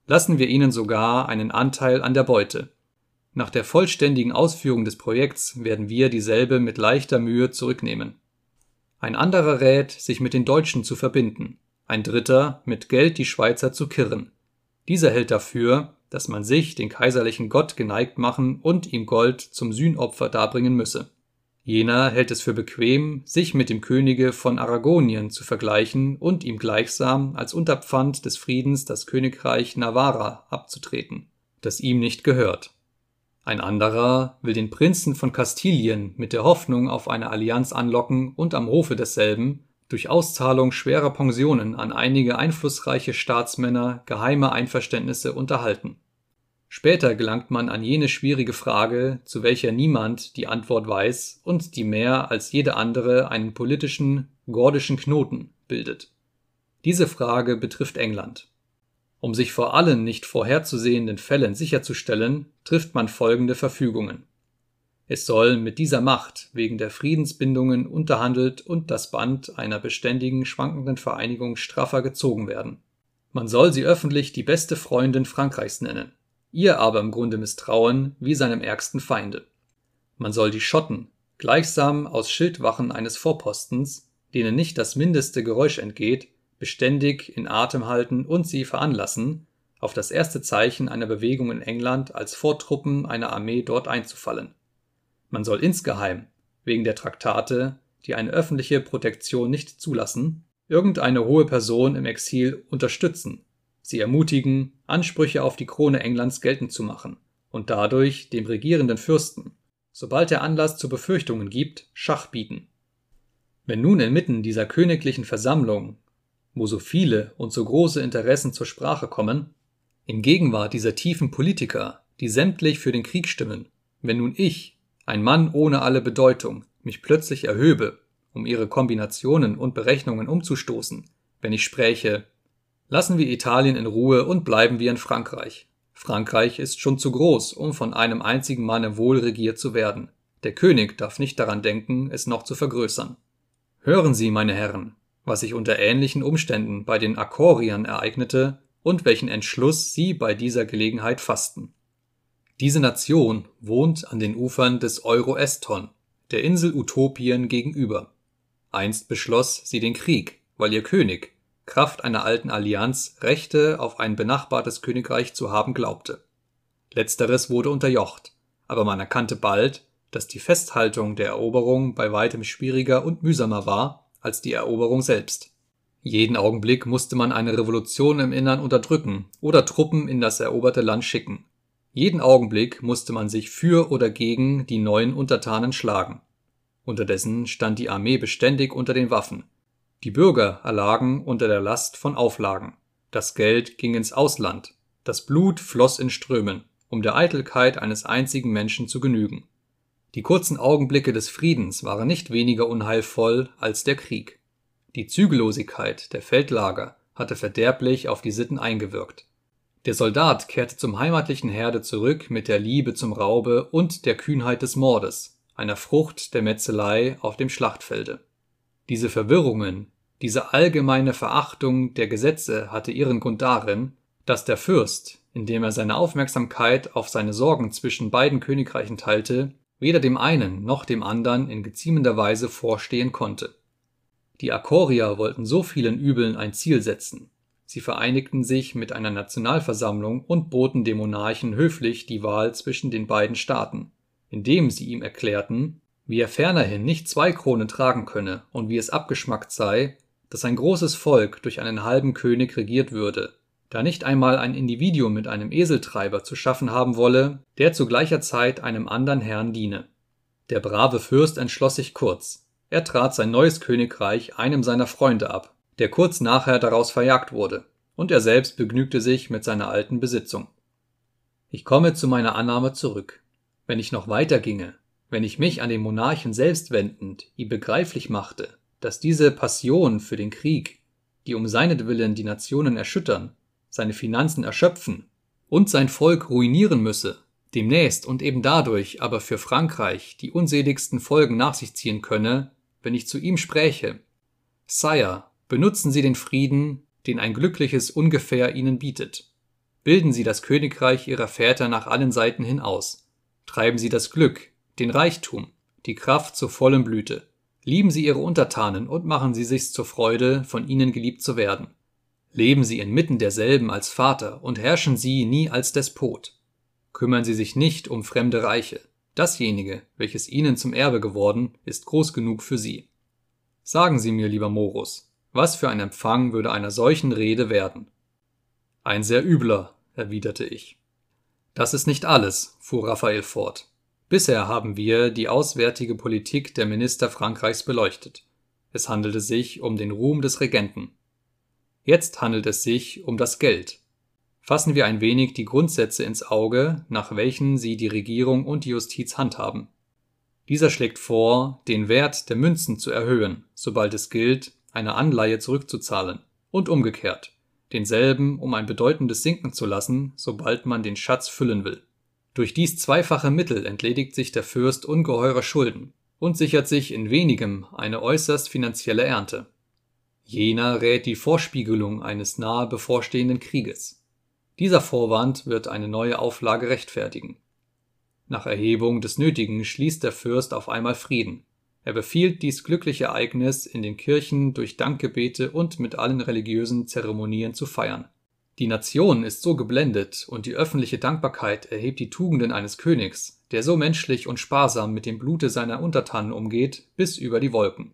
lassen wir ihnen sogar einen Anteil an der Beute. Nach der vollständigen Ausführung des Projekts werden wir dieselbe mit leichter Mühe zurücknehmen. Ein anderer rät, sich mit den Deutschen zu verbinden, ein dritter, mit Geld die Schweizer zu kirren. Dieser hält dafür, dass man sich den kaiserlichen Gott geneigt machen und ihm Gold zum Sühnopfer darbringen müsse. Jener hält es für bequem, sich mit dem Könige von Aragonien zu vergleichen und ihm gleichsam als Unterpfand des Friedens das Königreich Navarra abzutreten, das ihm nicht gehört. Ein anderer will den Prinzen von Kastilien mit der Hoffnung auf eine Allianz anlocken und am Hofe desselben durch Auszahlung schwerer Pensionen an einige einflussreiche Staatsmänner geheime Einverständnisse unterhalten. Später gelangt man an jene schwierige Frage, zu welcher niemand die Antwort weiß und die mehr als jede andere einen politischen, gordischen Knoten bildet. Diese Frage betrifft England. Um sich vor allen nicht vorherzusehenden Fällen sicherzustellen, trifft man folgende Verfügungen. Es soll mit dieser Macht wegen der Friedensbindungen unterhandelt und das Band einer beständigen, schwankenden Vereinigung straffer gezogen werden. Man soll sie öffentlich die beste Freundin Frankreichs nennen, ihr aber im Grunde misstrauen wie seinem ärgsten Feinde. Man soll die Schotten, gleichsam aus Schildwachen eines Vorpostens, denen nicht das mindeste Geräusch entgeht, beständig in Atem halten und sie veranlassen, auf das erste Zeichen einer Bewegung in England als Vortruppen einer Armee dort einzufallen. Man soll insgeheim, wegen der Traktate, die eine öffentliche Protektion nicht zulassen, irgendeine hohe Person im Exil unterstützen, sie ermutigen, Ansprüche auf die Krone Englands geltend zu machen und dadurch dem regierenden Fürsten, sobald er Anlass zu Befürchtungen gibt, Schach bieten. Wenn nun inmitten dieser königlichen Versammlung, wo so viele und so große Interessen zur Sprache kommen, in Gegenwart dieser tiefen Politiker, die sämtlich für den Krieg stimmen, wenn nun ich, ein Mann ohne alle Bedeutung, mich plötzlich erhöbe, um ihre Kombinationen und Berechnungen umzustoßen, wenn ich spräche: Lassen wir Italien in Ruhe und bleiben wir in Frankreich. Frankreich ist schon zu groß, um von einem einzigen Manne wohl regiert zu werden. Der König darf nicht daran denken, es noch zu vergrößern. Hören Sie, meine Herren, was sich unter ähnlichen Umständen bei den Akoriern ereignete und welchen Entschluss sie bei dieser Gelegenheit fassten. Diese Nation wohnt an den Ufern des Euroeston, der Insel Utopien gegenüber. Einst beschloss sie den Krieg, weil ihr König, Kraft einer alten Allianz, Rechte auf ein benachbartes Königreich zu haben glaubte. Letzteres wurde unterjocht, aber man erkannte bald, dass die Festhaltung der Eroberung bei weitem schwieriger und mühsamer war als die Eroberung selbst. Jeden Augenblick musste man eine Revolution im Innern unterdrücken oder Truppen in das eroberte Land schicken. Jeden Augenblick musste man sich für oder gegen die neuen Untertanen schlagen. Unterdessen stand die Armee beständig unter den Waffen. Die Bürger erlagen unter der Last von Auflagen. Das Geld ging ins Ausland. Das Blut floss in Strömen, um der Eitelkeit eines einzigen Menschen zu genügen. Die kurzen Augenblicke des Friedens waren nicht weniger unheilvoll als der Krieg. Die Zügellosigkeit der Feldlager hatte verderblich auf die Sitten eingewirkt. Der Soldat kehrte zum heimatlichen Herde zurück mit der Liebe zum Raube und der Kühnheit des Mordes, einer Frucht der Metzelei auf dem Schlachtfelde. Diese Verwirrungen, diese allgemeine Verachtung der Gesetze hatte ihren Grund darin, dass der Fürst, indem er seine Aufmerksamkeit auf seine Sorgen zwischen beiden Königreichen teilte, weder dem einen noch dem anderen in geziemender Weise vorstehen konnte. Die Akorier wollten so vielen Übeln ein Ziel setzen. Sie vereinigten sich mit einer Nationalversammlung und boten dem Monarchen höflich die Wahl zwischen den beiden Staaten, indem sie ihm erklärten, wie er fernerhin nicht 2 Kronen tragen könne und wie es abgeschmackt sei, dass ein großes Volk durch einen halben König regiert würde, da nicht einmal ein Individuum mit einem Eseltreiber zu schaffen haben wolle, der zu gleicher Zeit einem anderen Herrn diene. Der brave Fürst entschloss sich kurz. Er trat sein neues Königreich einem seiner Freunde ab, der kurz nachher daraus verjagt wurde, und er selbst begnügte sich mit seiner alten Besitzung. Ich komme zu meiner Annahme zurück. Wenn ich noch weiter ginge, wenn ich mich an den Monarchen selbst wendend ihm begreiflich machte, dass diese Passion für den Krieg, die um seinetwillen die Nationen erschüttern, seine Finanzen erschöpfen und sein Volk ruinieren müsse, demnächst und eben dadurch aber für Frankreich die unseligsten Folgen nach sich ziehen könne, wenn ich zu ihm spräche: Sire, benutzen Sie den Frieden, den ein glückliches Ungefähr Ihnen bietet. Bilden Sie das Königreich Ihrer Väter nach allen Seiten hin aus. Treiben Sie das Glück, den Reichtum, die Kraft zur vollen Blüte. Lieben Sie Ihre Untertanen und machen Sie sich's zur Freude, von ihnen geliebt zu werden. Leben Sie inmitten derselben als Vater und herrschen Sie nie als Despot. Kümmern Sie sich nicht um fremde Reiche. Dasjenige, welches Ihnen zum Erbe geworden, ist groß genug für Sie. Sagen Sie mir, lieber Morus, was für ein Empfang würde einer solchen Rede werden? Ein sehr übler, erwiderte ich. Das ist nicht alles, fuhr Raphael fort. Bisher haben wir die auswärtige Politik der Minister Frankreichs beleuchtet. Es handelte sich um den Ruhm des Regenten. Jetzt handelt es sich um das Geld. Fassen wir ein wenig die Grundsätze ins Auge, nach welchen sie die Regierung und die Justiz handhaben. Dieser schlägt vor, den Wert der Münzen zu erhöhen, sobald es gilt, eine Anleihe zurückzuzahlen, und umgekehrt, denselben um ein bedeutendes sinken zu lassen, sobald man den Schatz füllen will. Durch dies zweifache Mittel entledigt sich der Fürst ungeheurer Schulden und sichert sich in wenigem eine äußerst finanzielle Ernte. Jener rät die Vorspiegelung eines nahe bevorstehenden Krieges. Dieser Vorwand wird eine neue Auflage rechtfertigen. Nach Erhebung des Nötigen schließt der Fürst auf einmal Frieden. Er befiehlt dies glückliche Ereignis in den Kirchen durch Dankgebete und mit allen religiösen Zeremonien zu feiern. Die Nation ist so geblendet und die öffentliche Dankbarkeit erhebt die Tugenden eines Königs, der so menschlich und sparsam mit dem Blute seiner Untertanen umgeht, bis über die Wolken.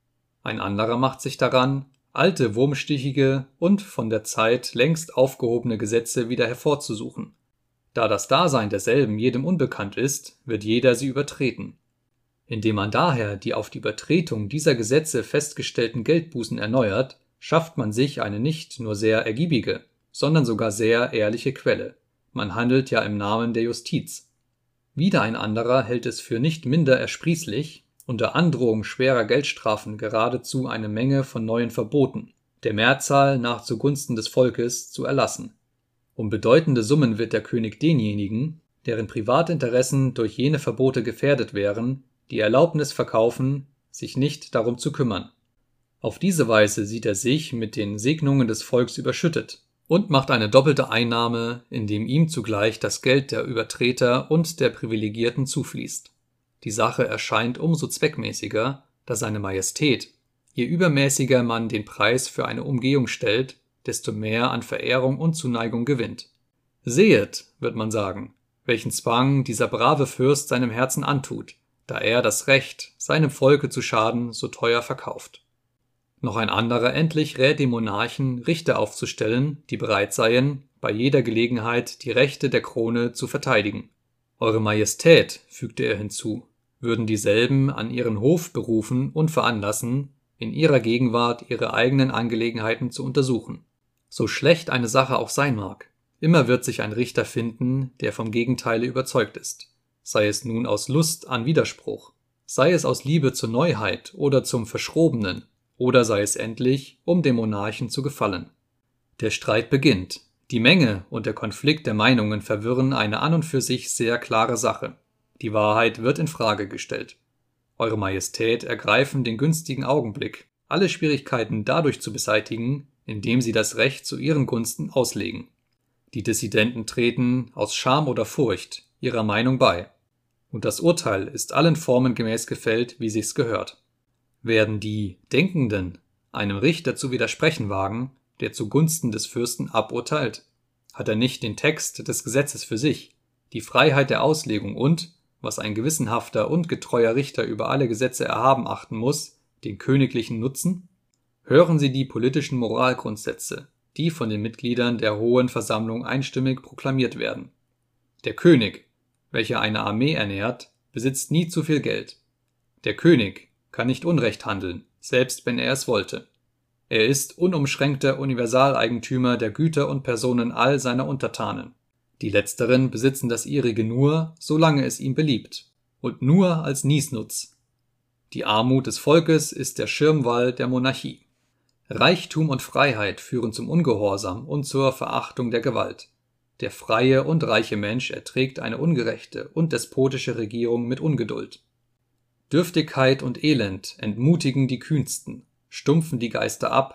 Ein anderer macht sich daran, alte, wurmstichige und von der Zeit längst aufgehobene Gesetze wieder hervorzusuchen. Da das Dasein derselben jedem unbekannt ist, wird jeder sie übertreten. Indem man daher die auf die Übertretung dieser Gesetze festgestellten Geldbußen erneuert, schafft man sich eine nicht nur sehr ergiebige, sondern sogar sehr ehrliche Quelle. Man handelt ja im Namen der Justiz. Wieder ein anderer hält es für nicht minder ersprießlich, unter Androhung schwerer Geldstrafen geradezu eine Menge von neuen Verboten, der Mehrzahl nach zugunsten des Volkes, zu erlassen. Um bedeutende Summen wird der König denjenigen, deren Privatinteressen durch jene Verbote gefährdet wären, die Erlaubnis verkaufen, sich nicht darum zu kümmern. Auf diese Weise sieht er sich mit den Segnungen des Volks überschüttet und macht eine doppelte Einnahme, indem ihm zugleich das Geld der Übertreter und der Privilegierten zufließt. Die Sache erscheint umso zweckmäßiger, da seine Majestät, je übermäßiger man den Preis für eine Umgehung stellt, desto mehr an Verehrung und Zuneigung gewinnt. Sehet, wird man sagen, welchen Zwang dieser brave Fürst seinem Herzen antut, da er das Recht, seinem Volke zu schaden, so teuer verkauft. Noch ein anderer endlich rät dem Monarchen, Richter aufzustellen, die bereit seien, bei jeder Gelegenheit die Rechte der Krone zu verteidigen. Eure Majestät, fügte er hinzu, würden dieselben an ihren Hof berufen und veranlassen, in ihrer Gegenwart ihre eigenen Angelegenheiten zu untersuchen. So schlecht eine Sache auch sein mag, immer wird sich ein Richter finden, der vom Gegenteile überzeugt ist, sei es nun aus Lust an Widerspruch, sei es aus Liebe zur Neuheit oder zum Verschrobenen, oder sei es endlich, um dem Monarchen zu gefallen. Der Streit beginnt. Die Menge und der Konflikt der Meinungen verwirren eine an und für sich sehr klare Sache. Die Wahrheit wird in Frage gestellt. Eure Majestät ergreifen den günstigen Augenblick, alle Schwierigkeiten dadurch zu beseitigen, indem sie das Recht zu ihren Gunsten auslegen. Die Dissidenten treten, aus Scham oder Furcht, ihrer Meinung bei. Und das Urteil ist allen Formen gemäß gefällt, wie sich's gehört. Werden die Denkenden einem Richter zu widersprechen wagen, der zugunsten des Fürsten aburteilt, hat er nicht den Text des Gesetzes für sich, die Freiheit der Auslegung und, was ein gewissenhafter und getreuer Richter über alle Gesetze erhaben achten muss, den königlichen Nutzen? Hören Sie die politischen Moralgrundsätze, die von den Mitgliedern der Hohen Versammlung einstimmig proklamiert werden. Der König, welcher eine Armee ernährt, besitzt nie zu viel Geld. Der König kann nicht Unrecht handeln, selbst wenn er es wollte. Er ist unumschränkter Universaleigentümer der Güter und Personen all seiner Untertanen. Die letzteren besitzen das ihrige nur, solange es ihm beliebt, und nur als Niesnutz. Die Armut des Volkes ist der Schirmwall der Monarchie. Reichtum und Freiheit führen zum Ungehorsam und zur Verachtung der Gewalt. Der freie und reiche Mensch erträgt eine ungerechte und despotische Regierung mit Ungeduld. Dürftigkeit und Elend entmutigen die Kühnsten, stumpfen die Geister ab,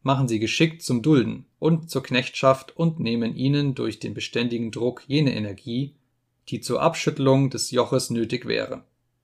machen sie geschickt zum Dulden und zur Knechtschaft und nehmen ihnen durch den beständigen Druck jene Energie, die zur Abschüttelung des Joches nötig wäre.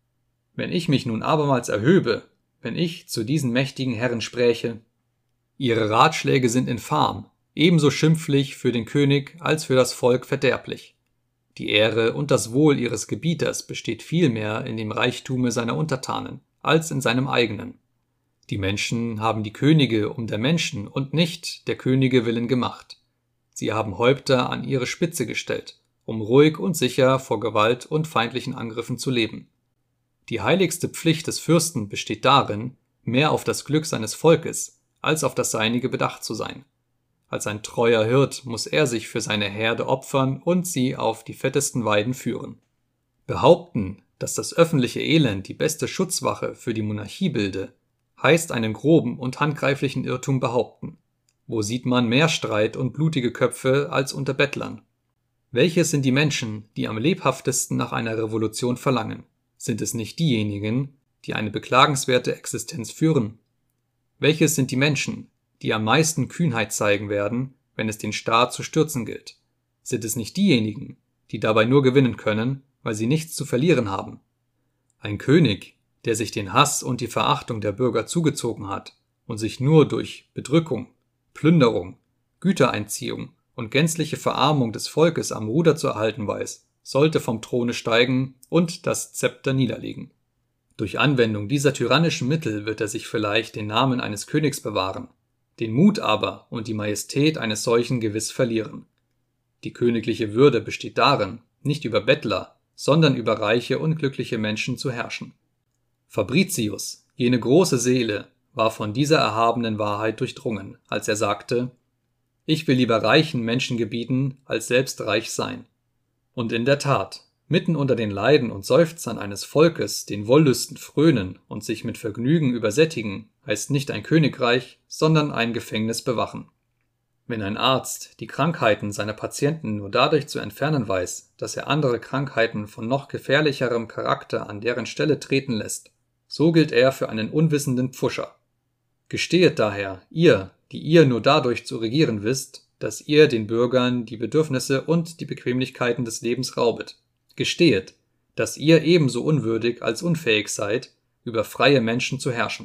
Wenn ich mich nun abermals erhöbe, wenn ich zu diesen mächtigen Herren spräche, ihre Ratschläge sind infam, ebenso schimpflich für den König als für das Volk verderblich. Die Ehre und das Wohl ihres Gebieters besteht vielmehr in dem Reichtume seiner Untertanen als in seinem eigenen. Die Menschen haben die Könige um der Menschen und nicht der Könige willen gemacht. Sie haben Häupter an ihre Spitze gestellt, um ruhig und sicher vor Gewalt und feindlichen Angriffen zu leben. Die heiligste Pflicht des Fürsten besteht darin, mehr auf das Glück seines Volkes als auf das seinige bedacht zu sein. Als ein treuer Hirt muss er sich für seine Herde opfern und sie auf die fettesten Weiden führen. Behaupten, dass das öffentliche Elend die beste Schutzwache für die Monarchie bilde, heißt einen groben und handgreiflichen Irrtum behaupten. Wo sieht man mehr Streit und blutige Köpfe als unter Bettlern? Welches sind die Menschen, die am lebhaftesten nach einer Revolution verlangen? Sind es nicht diejenigen, die eine beklagenswerte Existenz führen? Welches sind die Menschen, die am meisten Kühnheit zeigen werden, wenn es den Staat zu stürzen gilt? Sind es nicht diejenigen, die dabei nur gewinnen können, weil sie nichts zu verlieren haben? Ein König, der sich den Hass und die Verachtung der Bürger zugezogen hat und sich nur durch Bedrückung, Plünderung, Gütereinziehung und gänzliche Verarmung des Volkes am Ruder zu erhalten weiß, sollte vom Throne steigen und das Zepter niederlegen. Durch Anwendung dieser tyrannischen Mittel wird er sich vielleicht den Namen eines Königs bewahren, den Mut aber und die Majestät eines solchen gewiss verlieren. Die königliche Würde besteht darin, nicht über Bettler, sondern über reiche und glückliche Menschen zu herrschen. Fabricius, jene große Seele, war von dieser erhabenen Wahrheit durchdrungen, als er sagte: Ich will lieber reichen Menschen gebieten, als selbst reich sein. Und in der Tat, mitten unter den Leiden und Seufzern eines Volkes den Wollüsten frönen und sich mit Vergnügen übersättigen, heißt nicht ein Königreich, sondern ein Gefängnis bewachen. Wenn ein Arzt die Krankheiten seiner Patienten nur dadurch zu entfernen weiß, dass er andere Krankheiten von noch gefährlicherem Charakter an deren Stelle treten lässt, so gilt er für einen unwissenden Pfuscher. Gestehet daher, ihr, die ihr nur dadurch zu regieren wisst, dass ihr den Bürgern die Bedürfnisse und die Bequemlichkeiten des Lebens raubet. Gestehet, dass ihr ebenso unwürdig als unfähig seid, über freie Menschen zu herrschen.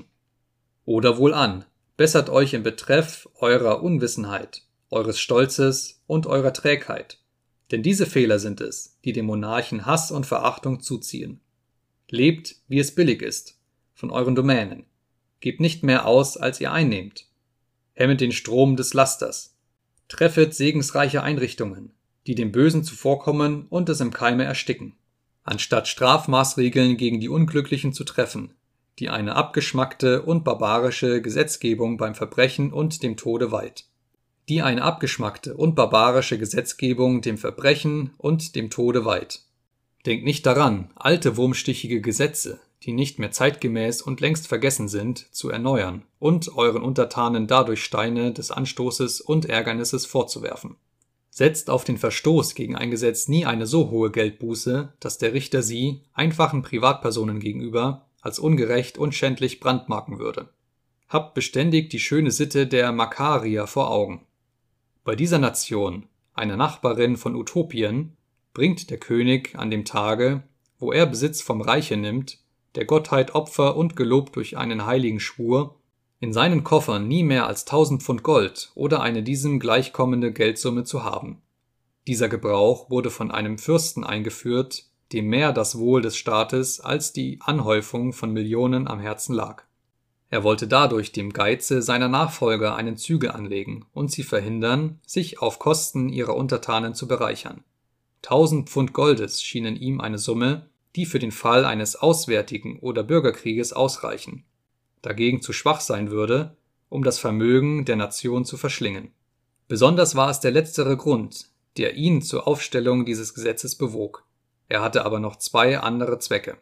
Oder wohlan, bessert euch im Betreff eurer Unwissenheit, eures Stolzes und eurer Trägheit, denn diese Fehler sind es, die dem Monarchen Hass und Verachtung zuziehen. Lebt, wie es billig ist, von euren Domänen, gebt nicht mehr aus, als ihr einnehmt, hemmet den Strom des Lasters, treffet segensreiche Einrichtungen, die dem Bösen zuvorkommen und es im Keime ersticken, anstatt Strafmaßregeln gegen die Unglücklichen zu treffen, die eine abgeschmackte und barbarische Gesetzgebung beim Verbrechen und dem Tode weiht. Die eine abgeschmackte und barbarische Gesetzgebung dem Verbrechen und dem Tode weiht. Denkt nicht daran, alte wurmstichige Gesetze, die nicht mehr zeitgemäß und längst vergessen sind, zu erneuern und euren Untertanen dadurch Steine des Anstoßes und Ärgernisses vorzuwerfen. Setzt auf den Verstoß gegen ein Gesetz nie eine so hohe Geldbuße, dass der Richter sie, einfachen Privatpersonen gegenüber, als ungerecht und schändlich brandmarken würde. Habt beständig die schöne Sitte der Makarier vor Augen. Bei dieser Nation, einer Nachbarin von Utopien, bringt der König an dem Tage, wo er Besitz vom Reiche nimmt, der Gottheit Opfer und gelobt durch einen heiligen Schwur, in seinen Koffern nie mehr als 1000 Pfund Gold oder eine diesem gleichkommende Geldsumme zu haben. Dieser Gebrauch wurde von einem Fürsten eingeführt, dem mehr das Wohl des Staates als die Anhäufung von Millionen am Herzen lag. Er wollte dadurch dem Geize seiner Nachfolger einen Zügel anlegen und sie verhindern, sich auf Kosten ihrer Untertanen zu bereichern. 1000 Pfund Goldes schienen ihm eine Summe, die für den Fall eines Auswärtigen oder Bürgerkrieges ausreichen, dagegen zu schwach sein würde, um das Vermögen der Nation zu verschlingen. Besonders war es der letztere Grund, der ihn zur Aufstellung dieses Gesetzes bewog. Er hatte aber noch zwei andere Zwecke.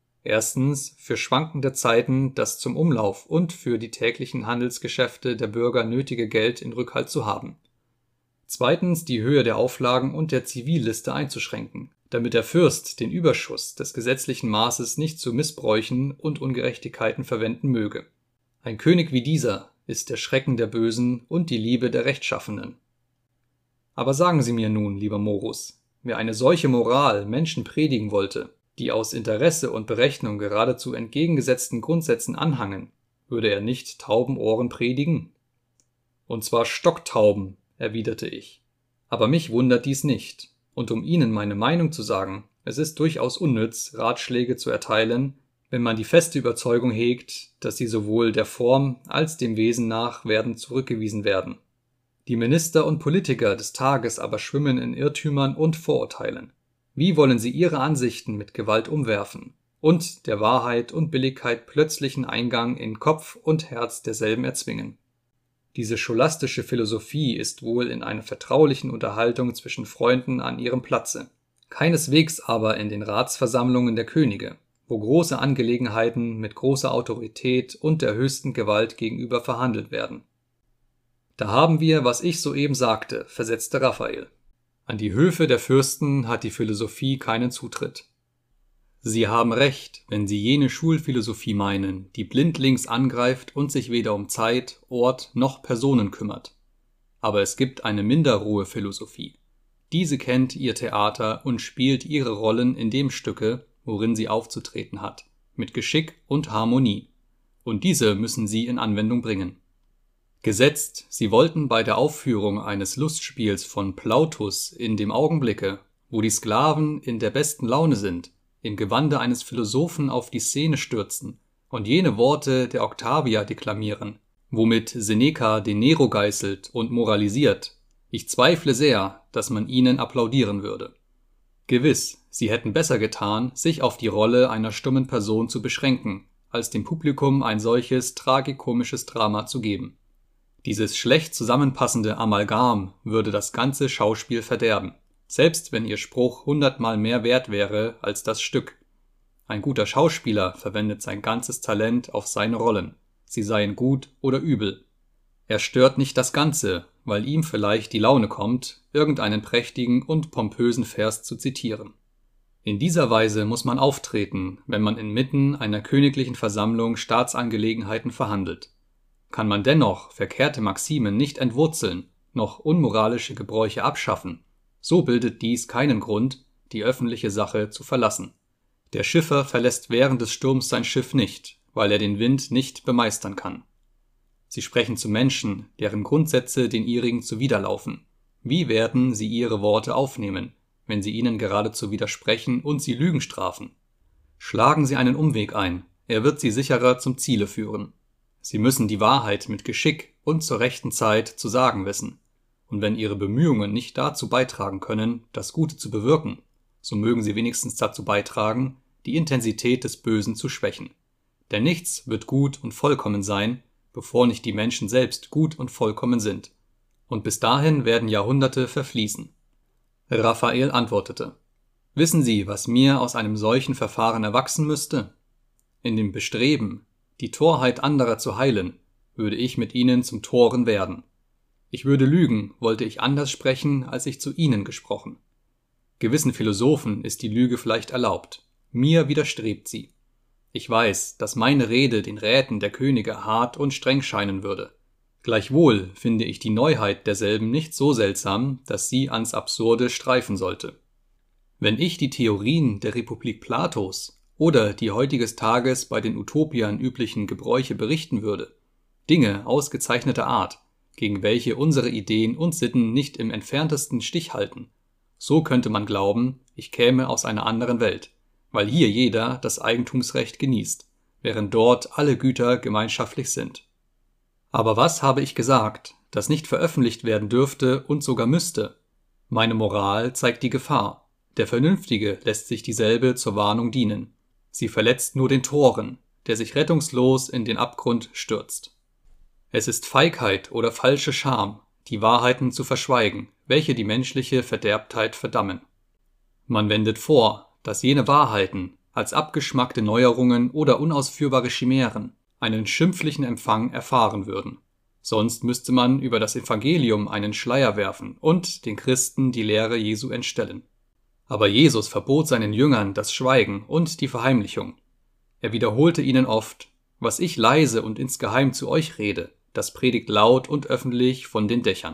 Erstens für schwankende Zeiten das zum Umlauf und für die täglichen Handelsgeschäfte der Bürger nötige Geld in Rückhalt zu haben. Zweitens die Höhe der Auflagen und der Zivilliste einzuschränken, damit der Fürst den Überschuss des gesetzlichen Maßes nicht zu Missbräuchen und Ungerechtigkeiten verwenden möge. Ein König wie dieser ist der Schrecken der Bösen und die Liebe der Rechtschaffenen. Aber sagen Sie mir nun, lieber Morus, wer eine solche Moral Menschen predigen wollte, die aus Interesse und Berechnung geradezu entgegengesetzten Grundsätzen anhangen, würde er nicht tauben Ohren predigen? Und zwar stocktauben, erwiderte ich. Aber mich wundert dies nicht, und um Ihnen meine Meinung zu sagen, es ist durchaus unnütz, Ratschläge zu erteilen, wenn man die feste Überzeugung hegt, dass sie sowohl der Form als dem Wesen nach werden zurückgewiesen werden. Die Minister und Politiker des Tages aber schwimmen in Irrtümern und Vorurteilen. Wie wollen sie ihre Ansichten mit Gewalt umwerfen und der Wahrheit und Billigkeit plötzlichen Eingang in Kopf und Herz derselben erzwingen? Diese scholastische Philosophie ist wohl in einer vertraulichen Unterhaltung zwischen Freunden an ihrem Platze, keineswegs aber in den Ratsversammlungen der Könige, wo große Angelegenheiten mit großer Autorität und der höchsten Gewalt gegenüber verhandelt werden. Da haben wir, was ich soeben sagte, versetzte Raphael. An die Höfe der Fürsten hat die Philosophie keinen Zutritt. Sie haben recht, wenn Sie jene Schulphilosophie meinen, die blindlings angreift und sich weder um Zeit, Ort noch Personen kümmert. Aber es gibt eine minder rohe Philosophie. Diese kennt ihr Theater und spielt ihre Rollen in dem Stücke, worin sie aufzutreten hat, mit Geschick und Harmonie. Und diese müssen Sie in Anwendung bringen. Gesetzt, Sie wollten bei der Aufführung eines Lustspiels von Plautus in dem Augenblicke, wo die Sklaven in der besten Laune sind, im Gewande eines Philosophen auf die Szene stürzen und jene Worte der Octavia deklamieren, womit Seneca den Nero geißelt und moralisiert, ich zweifle sehr, dass man ihnen applaudieren würde. Gewiss, sie hätten besser getan, sich auf die Rolle einer stummen Person zu beschränken, als dem Publikum ein solches tragikomisches Drama zu geben. Dieses schlecht zusammenpassende Amalgam würde das ganze Schauspiel verderben, selbst wenn ihr Spruch 100-mal mehr wert wäre als das Stück. Ein guter Schauspieler verwendet sein ganzes Talent auf seine Rollen, sie seien gut oder übel. Er stört nicht das Ganze, weil ihm vielleicht die Laune kommt, irgendeinen prächtigen und pompösen Vers zu zitieren. In dieser Weise muss man auftreten, wenn man inmitten einer königlichen Versammlung Staatsangelegenheiten verhandelt. Kann man dennoch verkehrte Maximen nicht entwurzeln, noch unmoralische Gebräuche abschaffen, so bildet dies keinen Grund, die öffentliche Sache zu verlassen. Der Schiffer verlässt während des Sturms sein Schiff nicht, weil er den Wind nicht bemeistern kann. Sie sprechen zu Menschen, deren Grundsätze den ihrigen zuwiderlaufen. Wie werden sie ihre Worte aufnehmen, wenn sie ihnen geradezu widersprechen und sie Lügen strafen? Schlagen sie einen Umweg ein, er wird sie sicherer zum Ziele führen. Sie müssen die Wahrheit mit Geschick und zur rechten Zeit zu sagen wissen. Und wenn ihre Bemühungen nicht dazu beitragen können, das Gute zu bewirken, so mögen sie wenigstens dazu beitragen, die Intensität des Bösen zu schwächen. Denn nichts wird gut und vollkommen sein, bevor nicht die Menschen selbst gut und vollkommen sind. Und bis dahin werden Jahrhunderte verfließen. Raphael antwortete: Wissen Sie, was mir aus einem solchen Verfahren erwachsen müsste? In dem Bestreben, die Torheit anderer zu heilen, würde ich mit ihnen zum Toren werden. Ich würde lügen, wollte ich anders sprechen, als ich zu Ihnen gesprochen. Gewissen Philosophen ist die Lüge vielleicht erlaubt, mir widerstrebt sie. Ich weiß, dass meine Rede den Räten der Könige hart und streng scheinen würde. Gleichwohl finde ich die Neuheit derselben nicht so seltsam, dass sie ans Absurde streifen sollte. Wenn ich die Theorien der Republik Platos oder die heutiges Tages bei den Utopiern üblichen Gebräuche berichten würde, Dinge ausgezeichneter Art, gegen welche unsere Ideen und Sitten nicht im entferntesten Stich halten, so könnte man glauben, ich käme aus einer anderen Welt, weil hier jeder das Eigentumsrecht genießt, während dort alle Güter gemeinschaftlich sind. Aber was habe ich gesagt, das nicht veröffentlicht werden dürfte und sogar müsste? Meine Moral zeigt die Gefahr, der Vernünftige lässt sich dieselbe zur Warnung dienen. Sie verletzt nur den Toren, der sich rettungslos in den Abgrund stürzt. Es ist Feigheit oder falsche Scham, die Wahrheiten zu verschweigen, welche die menschliche Verderbtheit verdammen. Man wendet vor, dass jene Wahrheiten, als abgeschmackte Neuerungen oder unausführbare Chimären, einen schimpflichen Empfang erfahren würden. Sonst müsste man über das Evangelium einen Schleier werfen und den Christen die Lehre Jesu entstellen. Aber Jesus verbot seinen Jüngern das Schweigen und die Verheimlichung. Er wiederholte ihnen oft: Was ich leise und insgeheim zu euch rede, das predigt laut und öffentlich von den Dächern.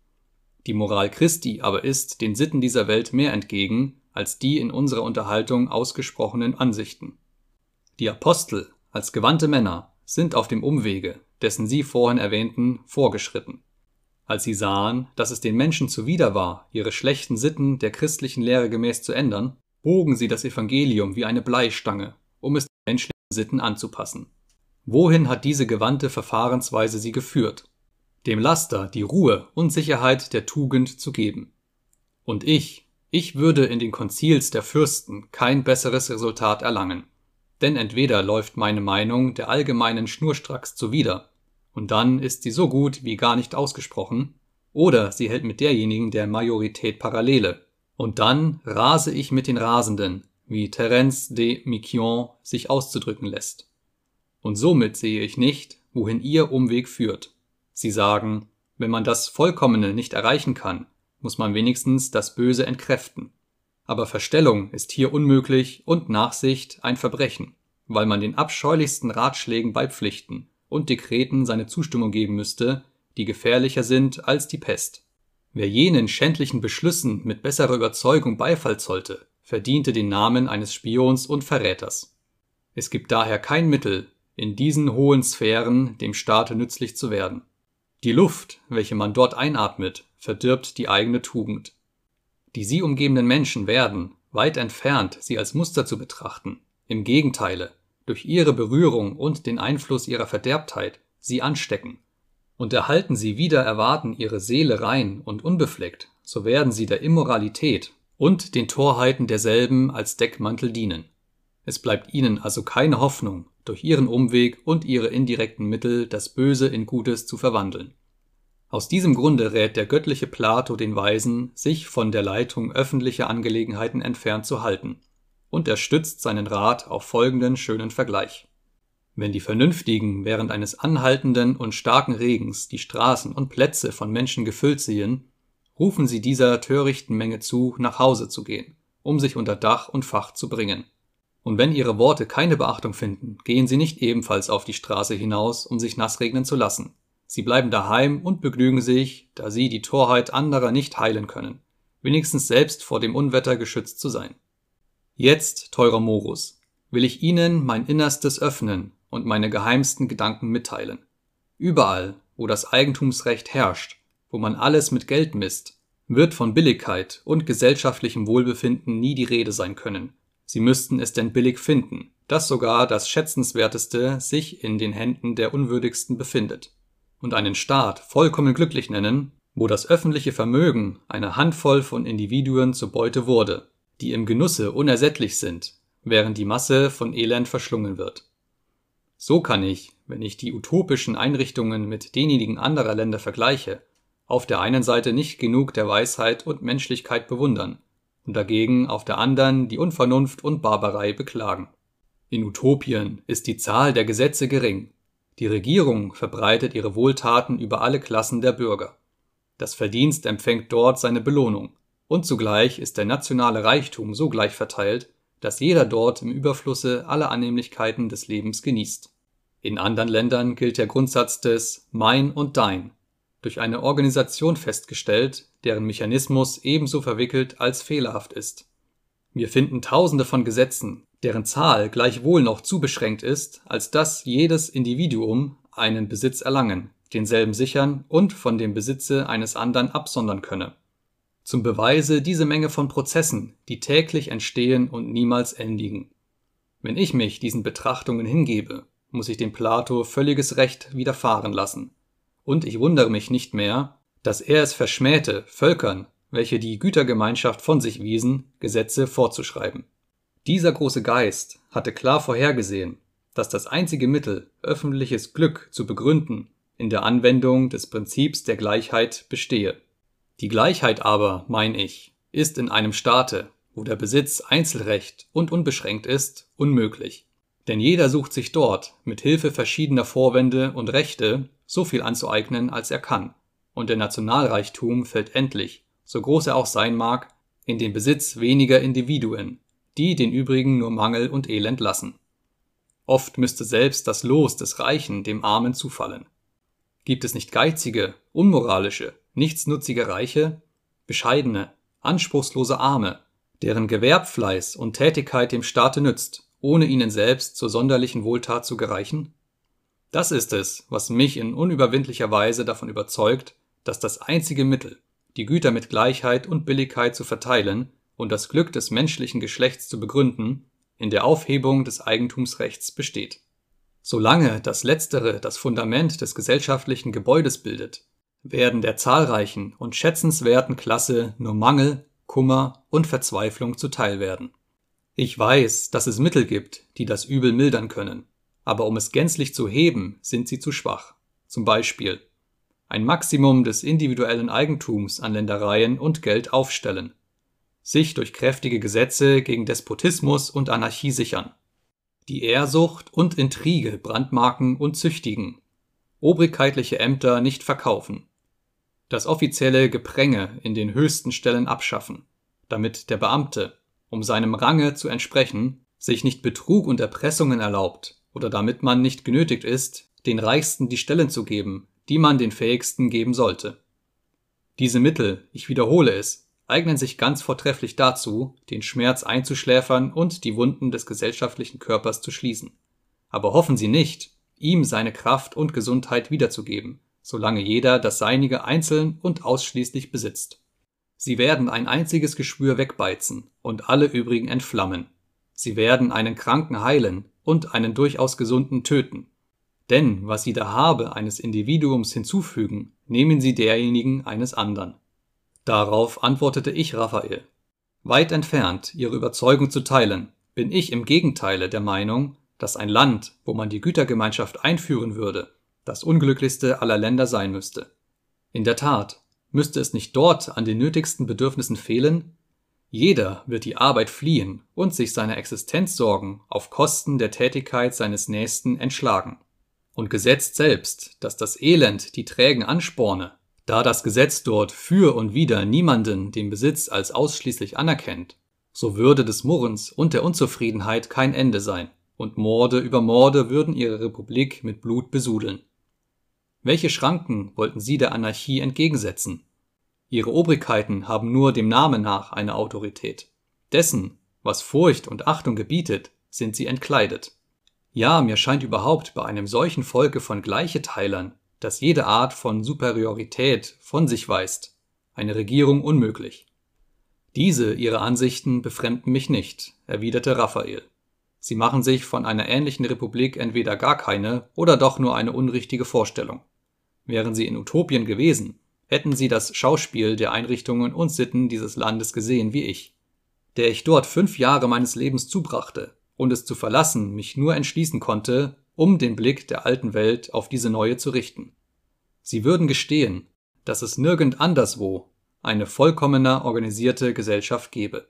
Die Moral Christi aber ist den Sitten dieser Welt mehr entgegen als die in unserer Unterhaltung ausgesprochenen Ansichten. Die Apostel als gewandte Männer sind auf dem Umwege, dessen Sie vorhin erwähnten, vorgeschritten. Als sie sahen, dass es den Menschen zuwider war, ihre schlechten Sitten der christlichen Lehre gemäß zu ändern, bogen sie das Evangelium wie eine Bleistange, um es den menschlichen Sitten anzupassen. Wohin hat diese gewandte Verfahrensweise sie geführt? Dem Laster die Ruhe und Sicherheit der Tugend zu geben. Und ich würde in den Konzils der Fürsten kein besseres Resultat erlangen. Denn entweder läuft meine Meinung der allgemeinen schnurstracks zuwider, und dann ist sie so gut wie gar nicht ausgesprochen, oder sie hält mit derjenigen der Majorität Parallele, und dann rase ich mit den Rasenden, wie Terence de Miquelon sich auszudrücken lässt. Und somit sehe ich nicht, wohin ihr Umweg führt. Sie sagen, wenn man das Vollkommene nicht erreichen kann, muss man wenigstens das Böse entkräften. Aber Verstellung ist hier unmöglich und Nachsicht ein Verbrechen, weil man den abscheulichsten Ratschlägen beipflichten und Dekreten seine Zustimmung geben müsste, die gefährlicher sind als die Pest. Wer jenen schändlichen Beschlüssen mit besserer Überzeugung Beifall zollte, verdiente den Namen eines Spions und Verräters. Es gibt daher kein Mittel, in diesen hohen Sphären dem Staate nützlich zu werden. Die Luft, welche man dort einatmet, verdirbt die eigene Tugend. Die sie umgebenden Menschen werden, weit entfernt, sie als Muster zu betrachten, im Gegenteile, durch ihre Berührung und den Einfluss ihrer Verderbtheit sie anstecken. Und erhalten sie wider Erwarten ihre Seele rein und unbefleckt, so werden sie der Immoralität und den Torheiten derselben als Deckmantel dienen. Es bleibt ihnen also keine Hoffnung, durch ihren Umweg und ihre indirekten Mittel das Böse in Gutes zu verwandeln. Aus diesem Grunde rät der göttliche Plato den Weisen, sich von der Leitung öffentlicher Angelegenheiten entfernt zu halten, und er stützt seinen Rat auf folgenden schönen Vergleich. Wenn die Vernünftigen während eines anhaltenden und starken Regens die Straßen und Plätze von Menschen gefüllt sehen, rufen sie dieser törichten Menge zu, nach Hause zu gehen, um sich unter Dach und Fach zu bringen. Und wenn ihre Worte keine Beachtung finden, gehen sie nicht ebenfalls auf die Straße hinaus, um sich nass regnen zu lassen. Sie bleiben daheim und begnügen sich, da sie die Torheit anderer nicht heilen können, wenigstens selbst vor dem Unwetter geschützt zu sein. Jetzt, teurer Morus, will ich Ihnen mein Innerstes öffnen und meine geheimsten Gedanken mitteilen. Überall, wo das Eigentumsrecht herrscht, wo man alles mit Geld misst, wird von Billigkeit und gesellschaftlichem Wohlbefinden nie die Rede sein können. Sie müssten es denn billig finden, dass sogar das Schätzenswerteste sich in den Händen der Unwürdigsten befindet. Und einen Staat vollkommen glücklich nennen, wo das öffentliche Vermögen einer Handvoll von Individuen zur Beute wurde, die im Genusse unersättlich sind, während die Masse von Elend verschlungen wird. So kann ich, wenn ich die utopischen Einrichtungen mit denjenigen anderer Länder vergleiche, auf der einen Seite nicht genug der Weisheit und Menschlichkeit bewundern und dagegen auf der anderen die Unvernunft und Barbarei beklagen. In Utopien ist die Zahl der Gesetze gering. Die Regierung verbreitet ihre Wohltaten über alle Klassen der Bürger. Das Verdienst empfängt dort seine Belohnung, und zugleich ist der nationale Reichtum so gleich verteilt, dass jeder dort im Überflusse alle Annehmlichkeiten des Lebens genießt. In anderen Ländern gilt der Grundsatz des Mein und Dein, durch eine Organisation festgestellt, deren Mechanismus ebenso verwickelt als fehlerhaft ist. Wir finden Tausende von Gesetzen, deren Zahl gleichwohl noch zu beschränkt ist, als dass jedes Individuum einen Besitz erlangen, denselben sichern und von dem Besitze eines anderen absondern könne. Zum Beweise diese Menge von Prozessen, die täglich entstehen und niemals endigen. Wenn ich mich diesen Betrachtungen hingebe, muss ich dem Plato völliges Recht widerfahren lassen. Und ich wundere mich nicht mehr, dass er es verschmähte, Völkern, welche die Gütergemeinschaft von sich wiesen, Gesetze vorzuschreiben. Dieser große Geist hatte klar vorhergesehen, dass das einzige Mittel, öffentliches Glück zu begründen, in der Anwendung des Prinzips der Gleichheit bestehe. Die Gleichheit aber, mein ich, ist in einem Staate, wo der Besitz Einzelrecht und unbeschränkt ist, unmöglich. Denn jeder sucht sich dort, mit Hilfe verschiedener Vorwände und Rechte, so viel anzueignen, als er kann, und der Nationalreichtum fällt endlich, so groß er auch sein mag, in den Besitz weniger Individuen, die den übrigen nur Mangel und Elend lassen. Oft müsste selbst das Los des Reichen dem Armen zufallen. Gibt es nicht geizige, unmoralische, nichtsnutzige Reiche, bescheidene, anspruchslose Arme, deren Gewerbfleiß und Tätigkeit dem Staate nützt, ohne ihnen selbst zur sonderlichen Wohltat zu gereichen? Das ist es, was mich in unüberwindlicher Weise davon überzeugt, dass das einzige Mittel, die Güter mit Gleichheit und Billigkeit zu verteilen und das Glück des menschlichen Geschlechts zu begründen, in der Aufhebung des Eigentumsrechts besteht. Solange das Letztere das Fundament des gesellschaftlichen Gebäudes bildet, werden der zahlreichen und schätzenswerten Klasse nur Mangel, Kummer und Verzweiflung zuteil werden. Ich weiß, dass es Mittel gibt, die das Übel mildern können, aber um es gänzlich zu heben, sind sie zu schwach. Zum Beispiel ein Maximum des individuellen Eigentums an Ländereien und Geld aufstellen, sich durch kräftige Gesetze gegen Despotismus und Anarchie sichern, die Ehrsucht und Intrige brandmarken und züchtigen, obrigkeitliche Ämter nicht verkaufen, das offizielle Gepränge in den höchsten Stellen abschaffen, damit der Beamte, um seinem Range zu entsprechen, sich nicht Betrug und Erpressungen erlaubt oder damit man nicht genötigt ist, den Reichsten die Stellen zu geben, die man den Fähigsten geben sollte. Diese Mittel, ich wiederhole es, eignen sich ganz vortrefflich dazu, den Schmerz einzuschläfern und die Wunden des gesellschaftlichen Körpers zu schließen. Aber hoffen Sie nicht, ihm seine Kraft und Gesundheit wiederzugeben, solange jeder das Seinige einzeln und ausschließlich besitzt. Sie werden ein einziges Geschwür wegbeizen und alle übrigen entflammen. Sie werden einen Kranken heilen und einen durchaus Gesunden töten. Denn was sie der Habe eines Individuums hinzufügen, nehmen sie derjenigen eines anderen. Darauf antwortete ich Raphael: Weit entfernt, Ihre Überzeugung zu teilen, bin ich im Gegenteile der Meinung, dass ein Land, wo man die Gütergemeinschaft einführen würde, das unglücklichste aller Länder sein müsste. In der Tat, müsste es nicht dort an den nötigsten Bedürfnissen fehlen? Jeder wird die Arbeit fliehen und sich seiner Existenzsorgen auf Kosten der Tätigkeit seines Nächsten entschlagen. Und gesetzt selbst, dass das Elend die Trägen ansporne, da das Gesetz dort für und wider niemanden den Besitz als ausschließlich anerkennt, so würde des Murrens und der Unzufriedenheit kein Ende sein, und Morde über Morde würden ihre Republik mit Blut besudeln. Welche Schranken wollten Sie der Anarchie entgegensetzen? Ihre Obrigkeiten haben nur dem Namen nach eine Autorität. Dessen, was Furcht und Achtung gebietet, sind sie entkleidet. Ja, mir scheint überhaupt bei einem solchen Volke von Gleicheteilern, das jede Art von Superiorität von sich weist, eine Regierung unmöglich. Diese Ihre Ansichten befremden mich nicht, erwiderte Raphael. Sie machen sich von einer ähnlichen Republik entweder gar keine oder doch nur eine unrichtige Vorstellung. Wären Sie in Utopien gewesen, hätten Sie das Schauspiel der Einrichtungen und Sitten dieses Landes gesehen wie ich, der ich dort 5 Jahre meines Lebens zubrachte und es zu verlassen mich nur entschließen konnte, um den Blick der alten Welt auf diese neue zu richten. Sie würden gestehen, dass es nirgend anderswo eine vollkommener organisierte Gesellschaft gebe.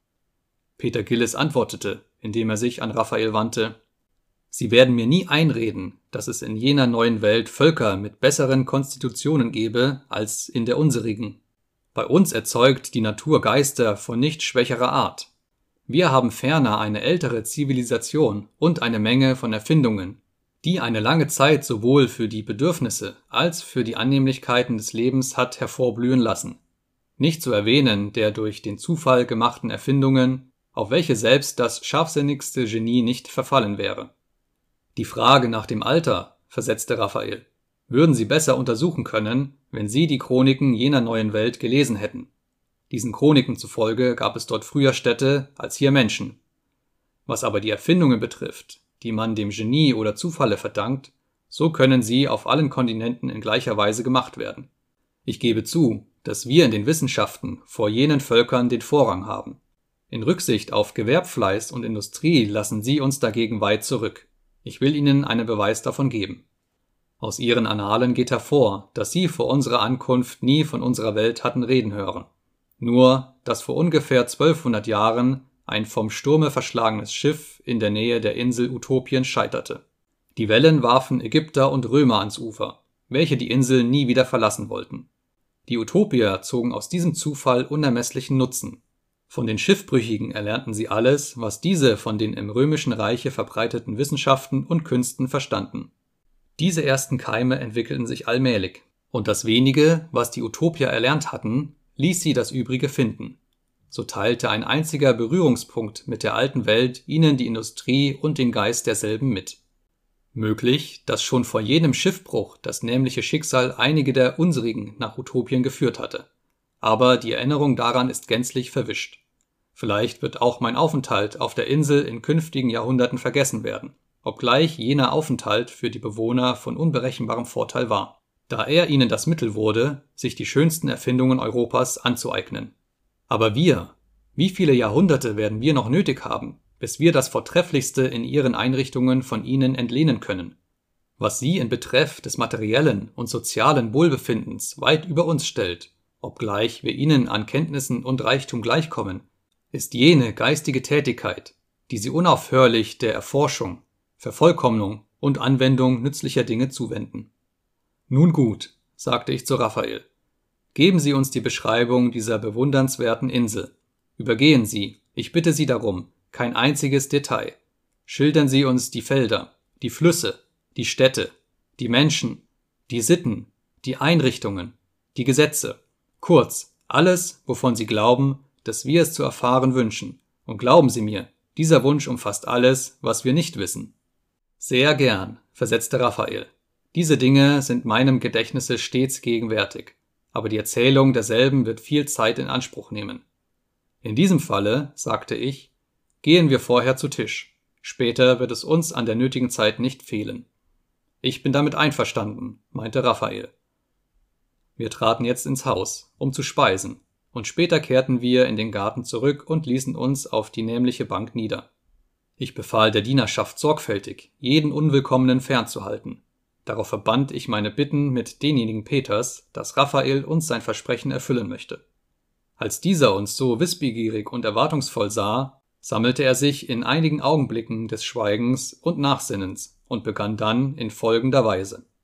Peter Gillis antwortete, indem er sich an Raphael wandte: Sie werden mir nie einreden, dass es in jener neuen Welt Völker mit besseren Konstitutionen gebe als in der unserigen. Bei uns erzeugt die Natur Geister von nicht schwächerer Art. Wir haben ferner eine ältere Zivilisation und eine Menge von Erfindungen, die eine lange Zeit sowohl für die Bedürfnisse als für die Annehmlichkeiten des Lebens hat hervorblühen lassen. Nicht zu erwähnen der durch den Zufall gemachten Erfindungen, auf welche selbst das scharfsinnigste Genie nicht verfallen wäre. Die Frage nach dem Alter, versetzte Raphael, würden Sie besser untersuchen können, wenn Sie die Chroniken jener neuen Welt gelesen hätten. Diesen Chroniken zufolge gab es dort früher Städte als hier Menschen. Was aber die Erfindungen betrifft, die man dem Genie oder Zufalle verdankt, so können sie auf allen Kontinenten in gleicher Weise gemacht werden. Ich gebe zu, dass wir in den Wissenschaften vor jenen Völkern den Vorrang haben. In Rücksicht auf Gewerbfleiß und Industrie lassen sie uns dagegen weit zurück. Ich will Ihnen einen Beweis davon geben. Aus Ihren Annalen geht hervor, dass Sie vor unserer Ankunft nie von unserer Welt hatten reden hören. Nur, dass vor ungefähr 1200 Jahren ein vom Sturme verschlagenes Schiff in der Nähe der Insel Utopien scheiterte. Die Wellen warfen Ägypter und Römer ans Ufer, welche die Insel nie wieder verlassen wollten. Die Utopier zogen aus diesem Zufall unermesslichen Nutzen. Von den Schiffbrüchigen erlernten sie alles, was diese von den im Römischen Reiche verbreiteten Wissenschaften und Künsten verstanden. Diese ersten Keime entwickelten sich allmählich, und das wenige, was die Utopier erlernt hatten, ließ sie das Übrige finden. So teilte ein einziger Berührungspunkt mit der alten Welt ihnen die Industrie und den Geist derselben mit. Möglich, dass schon vor jenem Schiffbruch das nämliche Schicksal einige der unsrigen nach Utopien geführt hatte. Aber die Erinnerung daran ist gänzlich verwischt. Vielleicht wird auch mein Aufenthalt auf der Insel in künftigen Jahrhunderten vergessen werden, obgleich jener Aufenthalt für die Bewohner von unberechenbarem Vorteil war, da er ihnen das Mittel wurde, sich die schönsten Erfindungen Europas anzueignen. Aber wir, wie viele Jahrhunderte werden wir noch nötig haben, bis wir das Vortrefflichste in ihren Einrichtungen von ihnen entlehnen können? Was sie in Betreff des materiellen und sozialen Wohlbefindens weit über uns stellt, obgleich wir ihnen an Kenntnissen und Reichtum gleichkommen, ist jene geistige Tätigkeit, die sie unaufhörlich der Erforschung, Vervollkommnung und Anwendung nützlicher Dinge zuwenden. Nun gut, sagte ich zu Raphael, geben Sie uns die Beschreibung dieser bewundernswerten Insel. Übergehen Sie, ich bitte Sie darum, kein einziges Detail. Schildern Sie uns die Felder, die Flüsse, die Städte, die Menschen, die Sitten, die Einrichtungen, die Gesetze, kurz, alles, wovon Sie glauben, dass wir es zu erfahren wünschen. Und glauben Sie mir, dieser Wunsch umfasst alles, was wir nicht wissen. Sehr gern, versetzte Raphael. Diese Dinge sind meinem Gedächtnisse stets gegenwärtig, aber die Erzählung derselben wird viel Zeit in Anspruch nehmen. In diesem Falle, sagte ich, gehen wir vorher zu Tisch. Später wird es uns an der nötigen Zeit nicht fehlen. Ich bin damit einverstanden, meinte Raphael. Wir traten jetzt ins Haus, um zu speisen, und später kehrten wir in den Garten zurück und ließen uns auf die nämliche Bank nieder. Ich befahl der Dienerschaft sorgfältig, jeden Unwillkommenen fernzuhalten. Darauf verband ich meine Bitten mit denjenigen Peters, dass Raphael uns sein Versprechen erfüllen möchte. Als dieser uns so wissbegierig und erwartungsvoll sah, sammelte er sich in einigen Augenblicken des Schweigens und Nachsinnens und begann dann in folgender Weise.